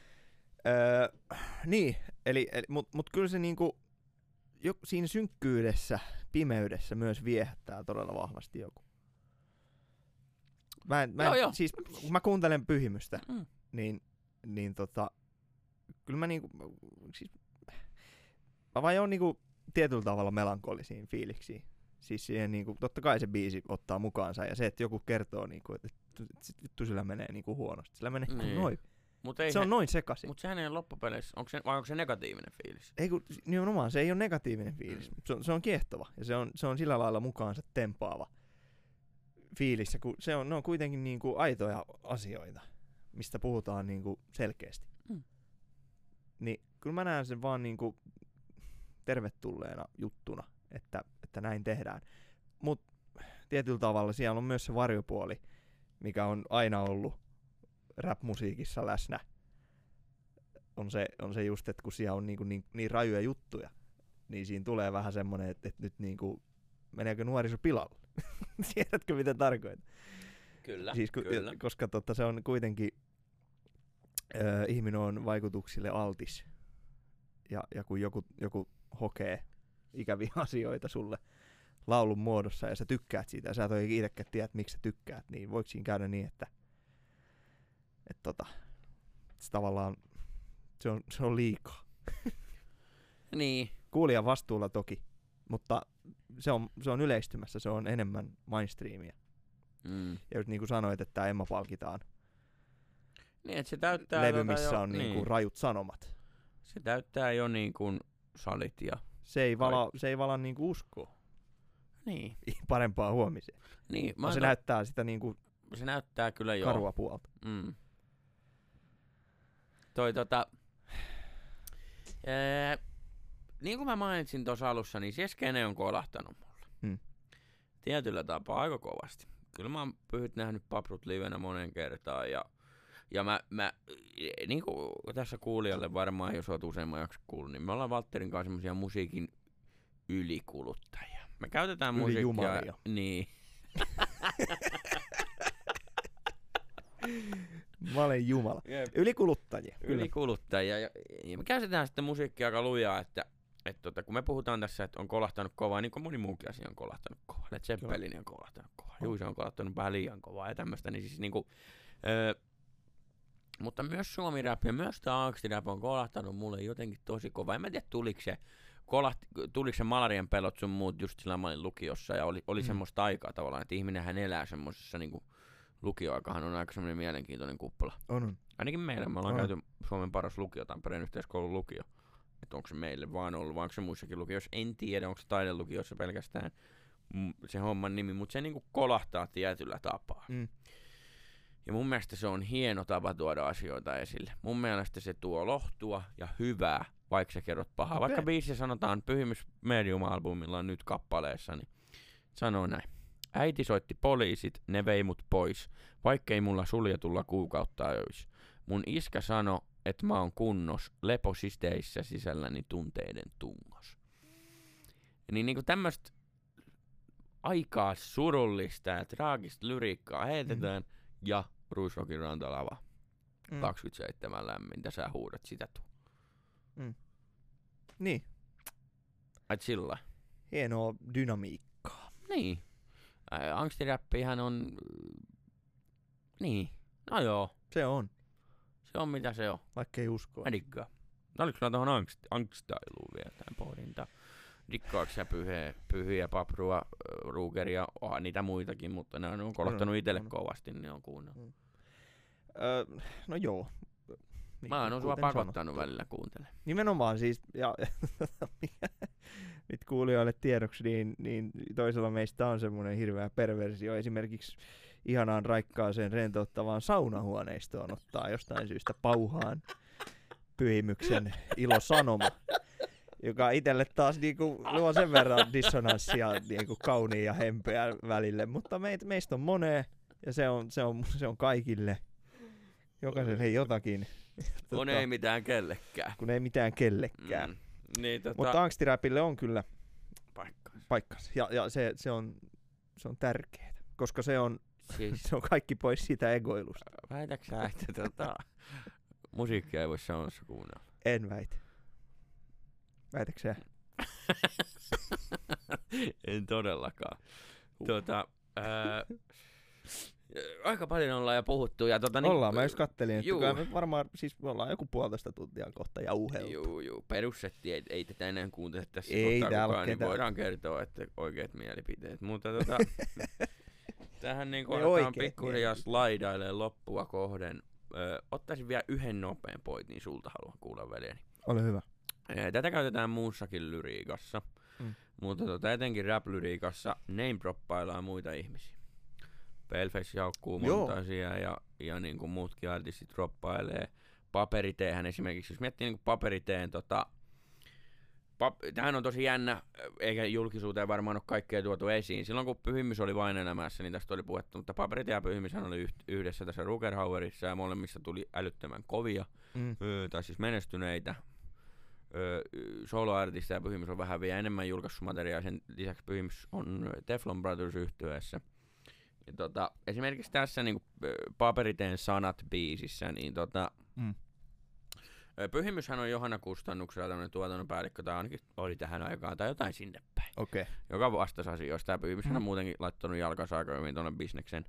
Niin, mut kyllä se niinku, siinä synkkyydessä, pimeydessä myös viehättää todella vahvasti joku. Siis kun mä kuuntelen Pyhimystä, niin kyllä mä niinku, siis mä vaan oon niinku tietyllä tavalla melankolisiin fiiliksiin. Siis siihen niinku, totta kai se biisi ottaa mukaansa ja se, että joku kertoo niinku, että vittu sillä menee niinku huonosti. Sillä menee noin. Se on noin sekaisin. Mutta sehän ei ole loppupeleissä, onko se negatiivinen fiilis? Ei kun, nimenomaan, se ei ole negatiivinen fiilis. Se on kiehtova ja se on sillä lailla mukaansa tempaava fiilis. Kun ne on kuitenkin niinku aitoja asioita, mistä puhutaan niinku selkeästi. Niin kyllä mä näen sen vaan niinku tervetulleena juttuna, että näin tehdään. Mut tietyllä tavalla siellä on myös se varjopuoli, mikä on aina ollut rap-musiikissa läsnä. On se just, että kun siellä on niin rajuja juttuja, niin siinä tulee vähän semmoinen, että nyt niinku, meneekö nuoriso pilalle? Tiedätkö mitä tarkoitan? Kyllä, siis, kyllä. Koska se on kuitenkin, ihminen on vaikutuksille altis. Ja kun joku hokee ikäviä asioita sulle laulun muodossa ja sä tykkäät siitä ja sä et oikein itsekään tiedä, miksi sä tykkäät, niin voiko siinä käydä niin, että se tavallaan se on liikaa. Niin. Kuulijan vastuulla toki, mutta se on yleistymässä, se on enemmän mainstreamia. Ja just niin kuin sanoit, että Emma palkitaan niin, että se täyttää levy, missä on niin kuin rajut sanomat. Se täyttää jo niin kuin salit ja se ei vala niin kuin uskoa. Niin. Parempaa huomiseen. Niin, se näyttää sitä niin kuin se näyttää kyllä jo karua puolta. Niin kuin mä mainitsin tuossa alussa, niin se skene on kolahtanut mulle. Tietyllä tapaa aika kovasti. Kyllä mä oon nähnyt Paprut livenä monen kertaan ja mä niin kuin tässä kuulijalle varmaan, jos oot useamman jakson kuullut, niin me ollaan Valtterin kanssa semmosia musiikin ylikuluttajia. Me käytetään musiikkia. Jumalia. Niin. Mä olen Jumala. Ylikuluttajia. Ylikuluttajia. Ja me käytetään sitten musiikkia aika lujaa, että kun me puhutaan tässä, että on kolahtanut kovaa, niin kuin moni muukin asia on kolahtanut kovaa. Led Zeppelin on kolahtanut kovaa. Juise on kolahtanut vähän liian kovaa ja tämmöistä. Niin siis niinku, mutta myös suomi-rap ja myös tää angstirap on kolahtanut mulle jotenkin tosi kovaa. En mä tiedä, tuliko se malarien pelot sun muut just sillä mä olin lukiossa ja oli semmoista aikaa tavallaan, että ihminenhän elää semmosessa niinku, lukioaikahan on aika semmoinen mielenkiintoinen kuppala. On. Ainakin meillä. Me ollaan käyty Suomen paras lukio, Tampereen yhteiskoulun lukio. Että onko se meille vaan ollut, vai onko se muissakin lukioissa. En tiedä, onko se taidelukiossa pelkästään se homman nimi, mutta se niinku kolahtaa tietyllä tapaa. Ja mun mielestä se on hieno tapa tuoda asioita esille. Mun mielestä se tuo lohtua ja hyvää, vaikka sä kerrot pahaa. Okay. Vaikka biisi sanotaan Pyhimys Medium-albumilla nyt kappaleessa, niin sanoo näin. Äiti soitti poliisit, ne vei mut pois, vaikkei mulla suljetulla kuukautta ois. Mun iskä sano, että mä oon kunnos, leposisteissä sisälläni tunteiden tungos. Niin niinku tämmöstä aikaa surullista ja traagista lyriikkaa heitetään ja Ruisrockin rantalava. 27 lämmintä, sä huudat sitä Niin. Et sillä. Hienoa dynamiikkaa. Niin. Angstiräppihän on... Niin. No joo. Se on. Se on mitä se on. Vaikka ei usko. Mä dikkaan. Oliko sulla tohon angstailuun vielä tämän pohdinta? Dikkaaks sä pyhiä, paprua, ruugeria, niitä muitakin, mutta ne on kolottanut itselle kovasti, niin on kuunnellut. No joo. Niin, mä oon sua pakottanut välillä kuuntelemaan. Nimenomaan siis, ja nyt kuulijoille tiedoksi, niin toisella meistä on semmoinen hirveä perversio. Esimerkiksi ihanaan raikkaaseen rentouttavaan saunahuoneistoon ottaa jostain syystä pauhaan Pyhimyksen ilosanoma, joka itselle taas niinku luo sen verran dissonanssia niinku kauniin ja hempeä välille, mutta meistä on monee ja se on kaikille. Jokaiselle jotakin. Kun ei mitään kellekään. Kun ei mitään kellekään. Niin, mutta angstiräpille on kyllä paikkansa. Ja se on tärkeää, koska se on kaikki pois siitä egoilusta. Väitätkö sä, että musiikkia ei voi saunassa kuunnella? En väitä. Väitätkö sä? En todellakaan. Aika paljon ollaan jo puhuttu. Ja ollaan, mä just kattelin, että me varmaan siis ollaan joku 1,5 tuntia kohta jauheltu. Juu, perussetti ei tätä enää kuuntele tässä ei kohtaa kukaan, niin voidaan kertoa, että oikeat mielipiteet. Mutta tähän niin aletaan pikkuhiljaa slaidailemaan loppua kohden. Ottaisin vielä yhden nopean pointin sulta, haluan kuulla veljeni. Ole hyvä. Tätä käytetään muussakin lyriikassa, mutta etenkin rap-lyriikassa name-droppaillaan muita ihmisiä. Paleface jaukkuu monta asiaa ja niin kuin muutkin artistit droppailee. Paperiteehän esimerkiksi, jos miettii niin kuin Paperiteen, tämähän on tosi jännä, eikä julkisuuteen varmaan ole kaikkea tuotu esiin. Silloin kun Pyhimys oli vain elämässä, niin tästä oli puhetta, mutta Paperite ja Pyhimyshän oli yhdessä tässä Rugerhauerissa ja molemmissa tuli älyttömän kovia, tai siis menestyneitä. Soloartista ja Pyhimys on vähän vielä enemmän julkaissut materiaa, sen lisäksi Pyhimys on Teflon Brothers -yhtyeessä. Esimerkiksi tässä niin Paperiteen sanat -biisissä, niin Pyhimyshän on Johanna Kustannuksella tämmöinen tuotannonpäällikkö, tai ainakin oli tähän aikaan, tai jotain sinne päin. Okay. Joka vastasi asioista, ja Pyhimyshän on muutenkin laittanut jalkansa aika hyvin tuonne bisneksen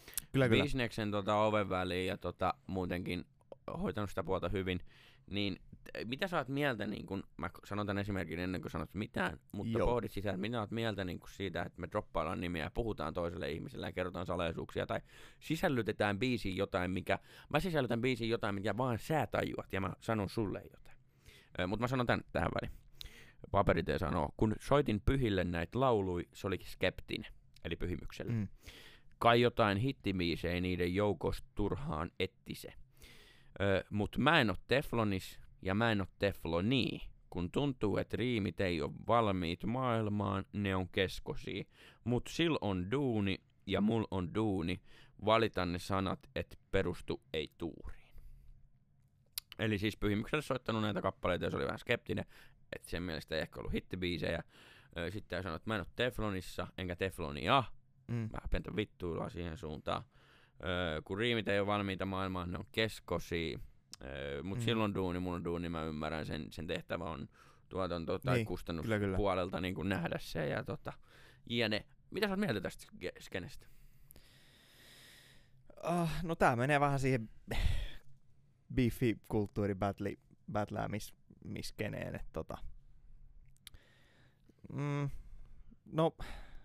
oven väliin, ja muutenkin hoitanut sitä puolta hyvin. Niin mitä sä oot mieltä, niin kun, mä sanon tämän esimerkin ennen kuin sanot mitään, mutta pohdit sitä, että mitä oot mieltä niin siitä, että me droppaillaan nimiä ja puhutaan toiselle ihmiselle ja kerrotaan salaisuuksia tai sisällytetään biisiin jotain, mä sisällytän biisiin jotain, mikä vaan sä tajuat ja mä sanon sulle jotain. Mutta mä sanon tän tähän väliin. Paperite sanoo, kun soitin Pyhille näitä laului, se oli skeptinen, eli Pyhimykselle. Kai jotain hittibiisejä niiden joukosta turhaan etti se. Mut mä en oo Teflonis ja mä en oo Tefloni. Kun tuntuu, että riimit ei oo valmiit maailmaan, ne on keskosia. Mut sil on duuni ja mul on duuni. Valita ne sanat, et perustu ei tuuriin. Eli siis Pyhimykselle soittanut näitä kappaleita ja se oli vähän skeptinen, että sen mielestä ei ehkä ollut hittibiisejä. Sitten sanoi, että mä en oo Teflonissa enkä Teflonia. Vähän pientä vittuilua siihen suuntaan. Kun riimit ei ole valmiita maailmaan, ne on keskosia. Mutta silloin duuni, mun on duuni, mä ymmärrän sen tehtävä on tuotanto- tai niin, kustannuspuolelta niin kuin nähdä se. Ja ne. Mitä sä oot mieltä tästä skenestä? No tää menee vähän siihen beefi-kulttuuri-battläämiskeneen, että no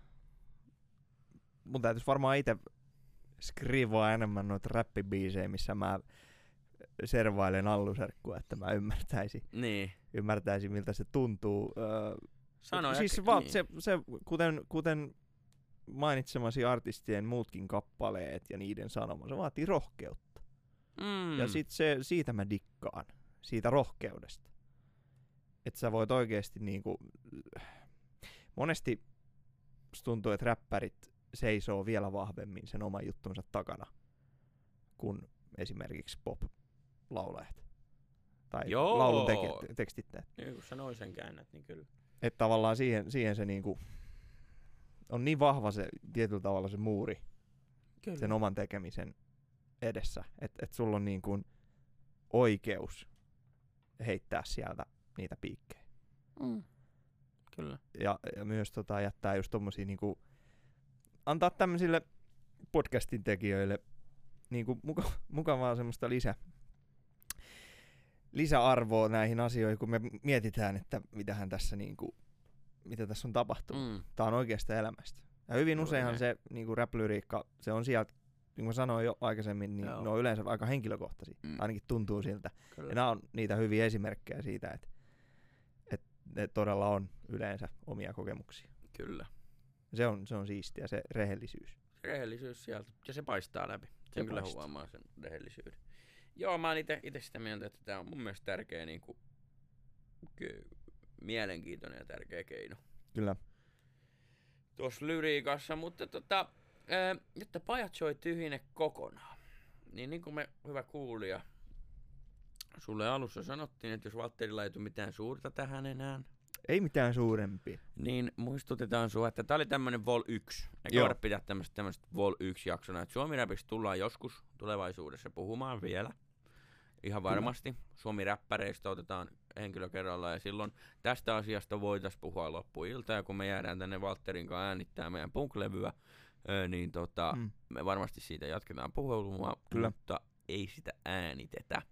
mun täytyisi varmaan itse skriivaa enemmän noita räppibiisejä, missä mä servailen Alluserkkua, että mä ymmärtäisin miltä se tuntuu. Siis se kuten mainitsemasi artistien muutkin kappaleet ja niiden sanoma, se vaatii rohkeutta. Ja siitä mä dikkaan, siitä rohkeudesta. Että sä voit oikeesti niinku, monesti tuntuu, että räppärit seisoo vielä vahvemmin sen oman juttunsa takana kuin esimerkiksi pop-laulajat tai laulun tekstittäjät. Kun sanoin sen käännät, niin kyllä. Että tavallaan siihen se niinku on niin vahva se tietyllä tavalla se muuri Kyllä. sen oman tekemisen edessä, että et sulla on niin kuin oikeus heittää sieltä niitä piikkejä. Kyllä. Ja myös jättää just tommosia niinku, antaa tämmöisille podcastin tekijöille niinku mukavaa semmoista lisäarvoa näihin asioihin, kun me mietitään, että mitä tässä on tapahtunut. Tää on oikeasta elämästä. Ja hyvin useinhan se niinku rap-lyriikka, se on sieltä, niin kuin sanoin jo aikaisemmin, niin ne on yleensä aika henkilökohtaisia. Ainakin tuntuu siltä. Kyllä. Ja nämä on niitä hyviä esimerkkejä siitä, että ne todella on yleensä omia kokemuksia. Kyllä. Se on siistiä, se rehellisyys. Se rehellisyys sieltä, ja se paistaa läpi. Sen kyllä huomaa sen rehellisyyden. Joo, mä oon ite sitä mieltä, että tää on mun mielestä tärkeä, niinku, mielenkiintoinen ja tärkeä keino. Kyllä. Tuossa lyriikassa, mutta jotta pajatso ei tyhjine kokonaan, niin kuin me hyvä kuulija, sulle alussa sanottiin, että jos Valtterilla ei tule mitään suurta tähän enää, ei mitään suurempi, niin muistutetaan sua, että tää oli tämmönen Vol 1. Eikä voida pitää tämmöstä Vol 1 jaksona, että Suomi-räpistä tullaan joskus tulevaisuudessa puhumaan vielä. Ihan varmasti. Suomi-räppäreistä otetaan henkilö kerrallaan ja silloin tästä asiasta voitaisiin puhua loppuilta. Ja kun me jäädään tänne Valtterin kanssa äänittää meidän punk-levyä, niin me varmasti siitä jatketaan puhelua, mutta ei sitä äänitetä.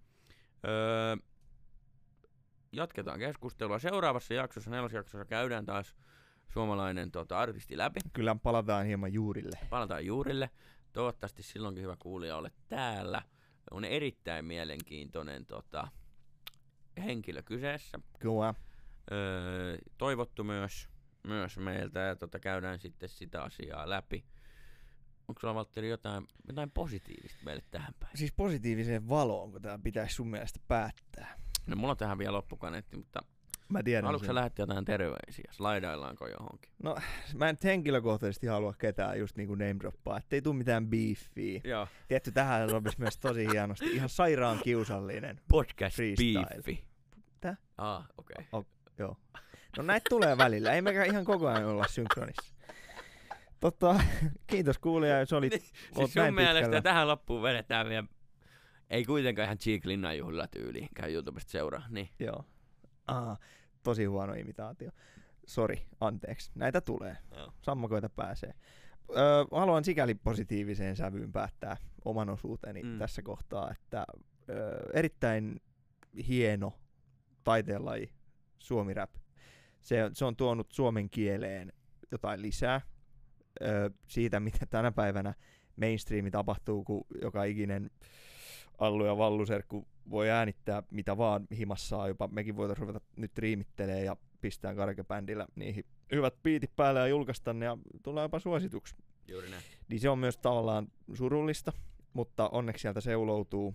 Jatketaan keskustelua. Seuraavassa jaksossa, 4. jaksossa, käydään taas suomalainen artisti läpi. Kyllä palataan hieman juurille. Palataan juurille. Toivottavasti silloinkin hyvä kuulija olet täällä. On erittäin mielenkiintoinen henkilö kyseessä. Kyllä. Toivottu myös meiltä ja käydään sitten sitä asiaa läpi. Onko sulla, Valtteri, jotain positiivista meille tähän päin? Siis positiiviseen valoon, kun tämä pitäisi sun mielestä päättää. No mulla on tähän vielä loppukaneetti, mutta mä tiedän. Haluatko sä lähettää jotain terveisiä? Slaidaillaanko johonkin? No mä en henkilökohtaisesti halua ketään just niinku name droppaa, ettei tuu mitään beefiä. Joo. Tietty tähän sopisi myös tosi hienosti. Ihan sairaan kiusallinen podcast freestyle. Beefi. Tää? Okei. Joo. No näitä tulee välillä. Ei mekään ihan koko ajan olla synkronissa. Kiitos kuulija, jos olit siis sun mielestä tähän loppuun vedetään vielä, ei kuitenkaan ihan Cheek Linnan juhlilla tyyliin, käy YouTubesta seuraa, niin. Joo. Tosi huono imitaatio. Sori, anteeksi. Näitä tulee. Joo. Sammakoita pääsee. Haluan sikäli positiiviseen sävyyn päättää oman osuuteni tässä kohtaa, että erittäin hieno taiteenlaji Suomi-rap. Se on tuonut suomen kieleen jotain lisää. Siitä, mitä tänä päivänä mainstreami tapahtuu, kun joka ikinen Allu ja Valluserkku voi äänittää mitä vaan himassaan. Jopa mekin voitaisiin ruveta nyt riimittelee ja pistää Karke-bändillä niihin hyvät biitit päälle ja julkaista ne ja tulee jopa suosituksi. Juuri näin. Niin se on myös tavallaan surullista, mutta onneksi sieltä seuloutuu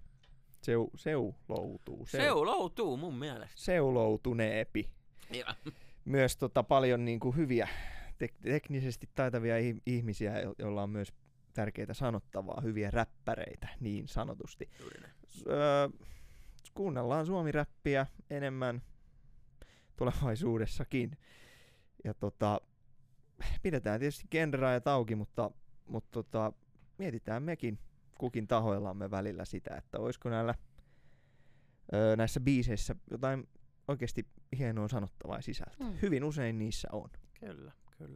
mun mielestä. Seuloutuneepi. Ja. Myös paljon niinku hyviä teknisesti taitavia ihmisiä, joilla on myös tärkeitä sanottavaa, hyviä räppäreitä niin sanotusti. Kuunnellaan suomi-räppiä enemmän tulevaisuudessakin. Ja pidetään tietysti genrerajat auki, mutta mietitään mekin kukin tahoillamme välillä sitä, että olisiko näissä biiseissä jotain oikeasti hienoa sanottavaa sisältöä. Hyvin usein niissä on. Kyllä.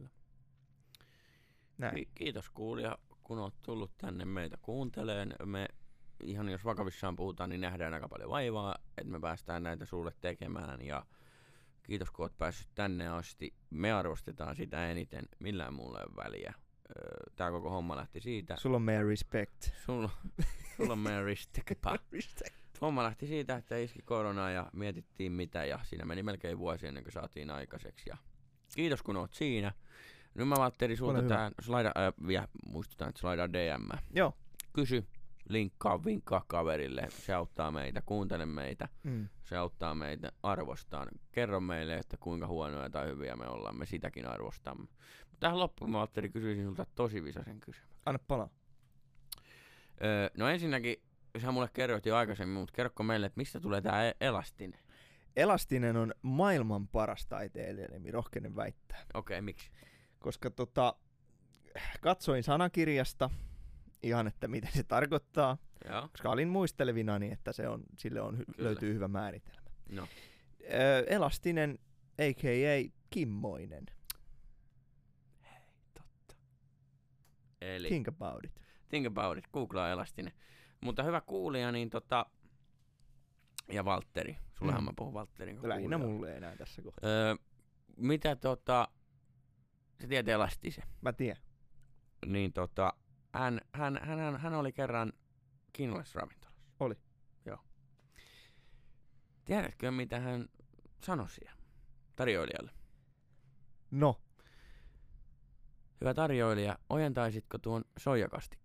Näin. Kiitos kuulija, kun olet tullut tänne meitä kuunteleen. Me ihan jos vakavissaan puhutaan, niin nähdään aika paljon vaivaa, että me päästään näitä sulle tekemään. Ja kiitos, kun olet päässyt tänne asti. Me arvostetaan sitä eniten. Millään muulla ei ole väliä. Tää koko homma lähti siitä. Sulla on meidän respect. Sulla on meidän respect. Homma lähti siitä, että iski korona ja mietittiin mitä. Ja siinä meni melkein vuosi ennen kuin saatiin aikaiseksi. Ja kiitos, kun oot siinä. Nyt mä Valtteri sulta tähän, muistutan, että slaidaa DM. Joo. Kysy, linkkaa, vinkkaa kaverille, se auttaa meitä, kuuntele meitä, se auttaa meitä, arvostaan. Kerro meille, että kuinka huonoja tai hyviä me ollaan, me sitäkin arvostamme. Tähän loppuun mä Valtteri kysyisin sulta tosi visaisen kysymyksen. Anna palaa. No ensinnäkin, sä mulle kerroit jo aikaisemmin, mutta kerrotko meille, että mistä tulee tää Elastinen? Elastinen on maailman paras taiteilija, niin rohkenen väittää. Okei, miksi? koska katsoin sanakirjasta ihan, että mitä se tarkoittaa, Joo. koska olin muistelevinani, että sille löytyy hyvä määritelmä. No. Elastinen, a.k.a. kimmoinen. Totta. Eli Think about it. think about it, googlaa elastinen. Mutta hyvä kuulija, niin ja Valtteri, sullehan mä puhun Valtterin. Lähinnä mulle enää tässä kohtaa. Mitä sä tiedät elastisen? Mä tiedän. Niin hän oli kerran kiinalaisravintolassa. Oli. Joo. Tiedätkö, mitä hän sanoi siellä tarjoilijalle? No. Hyvä tarjoilija, ojentaisitko tuon soijakastikkeen?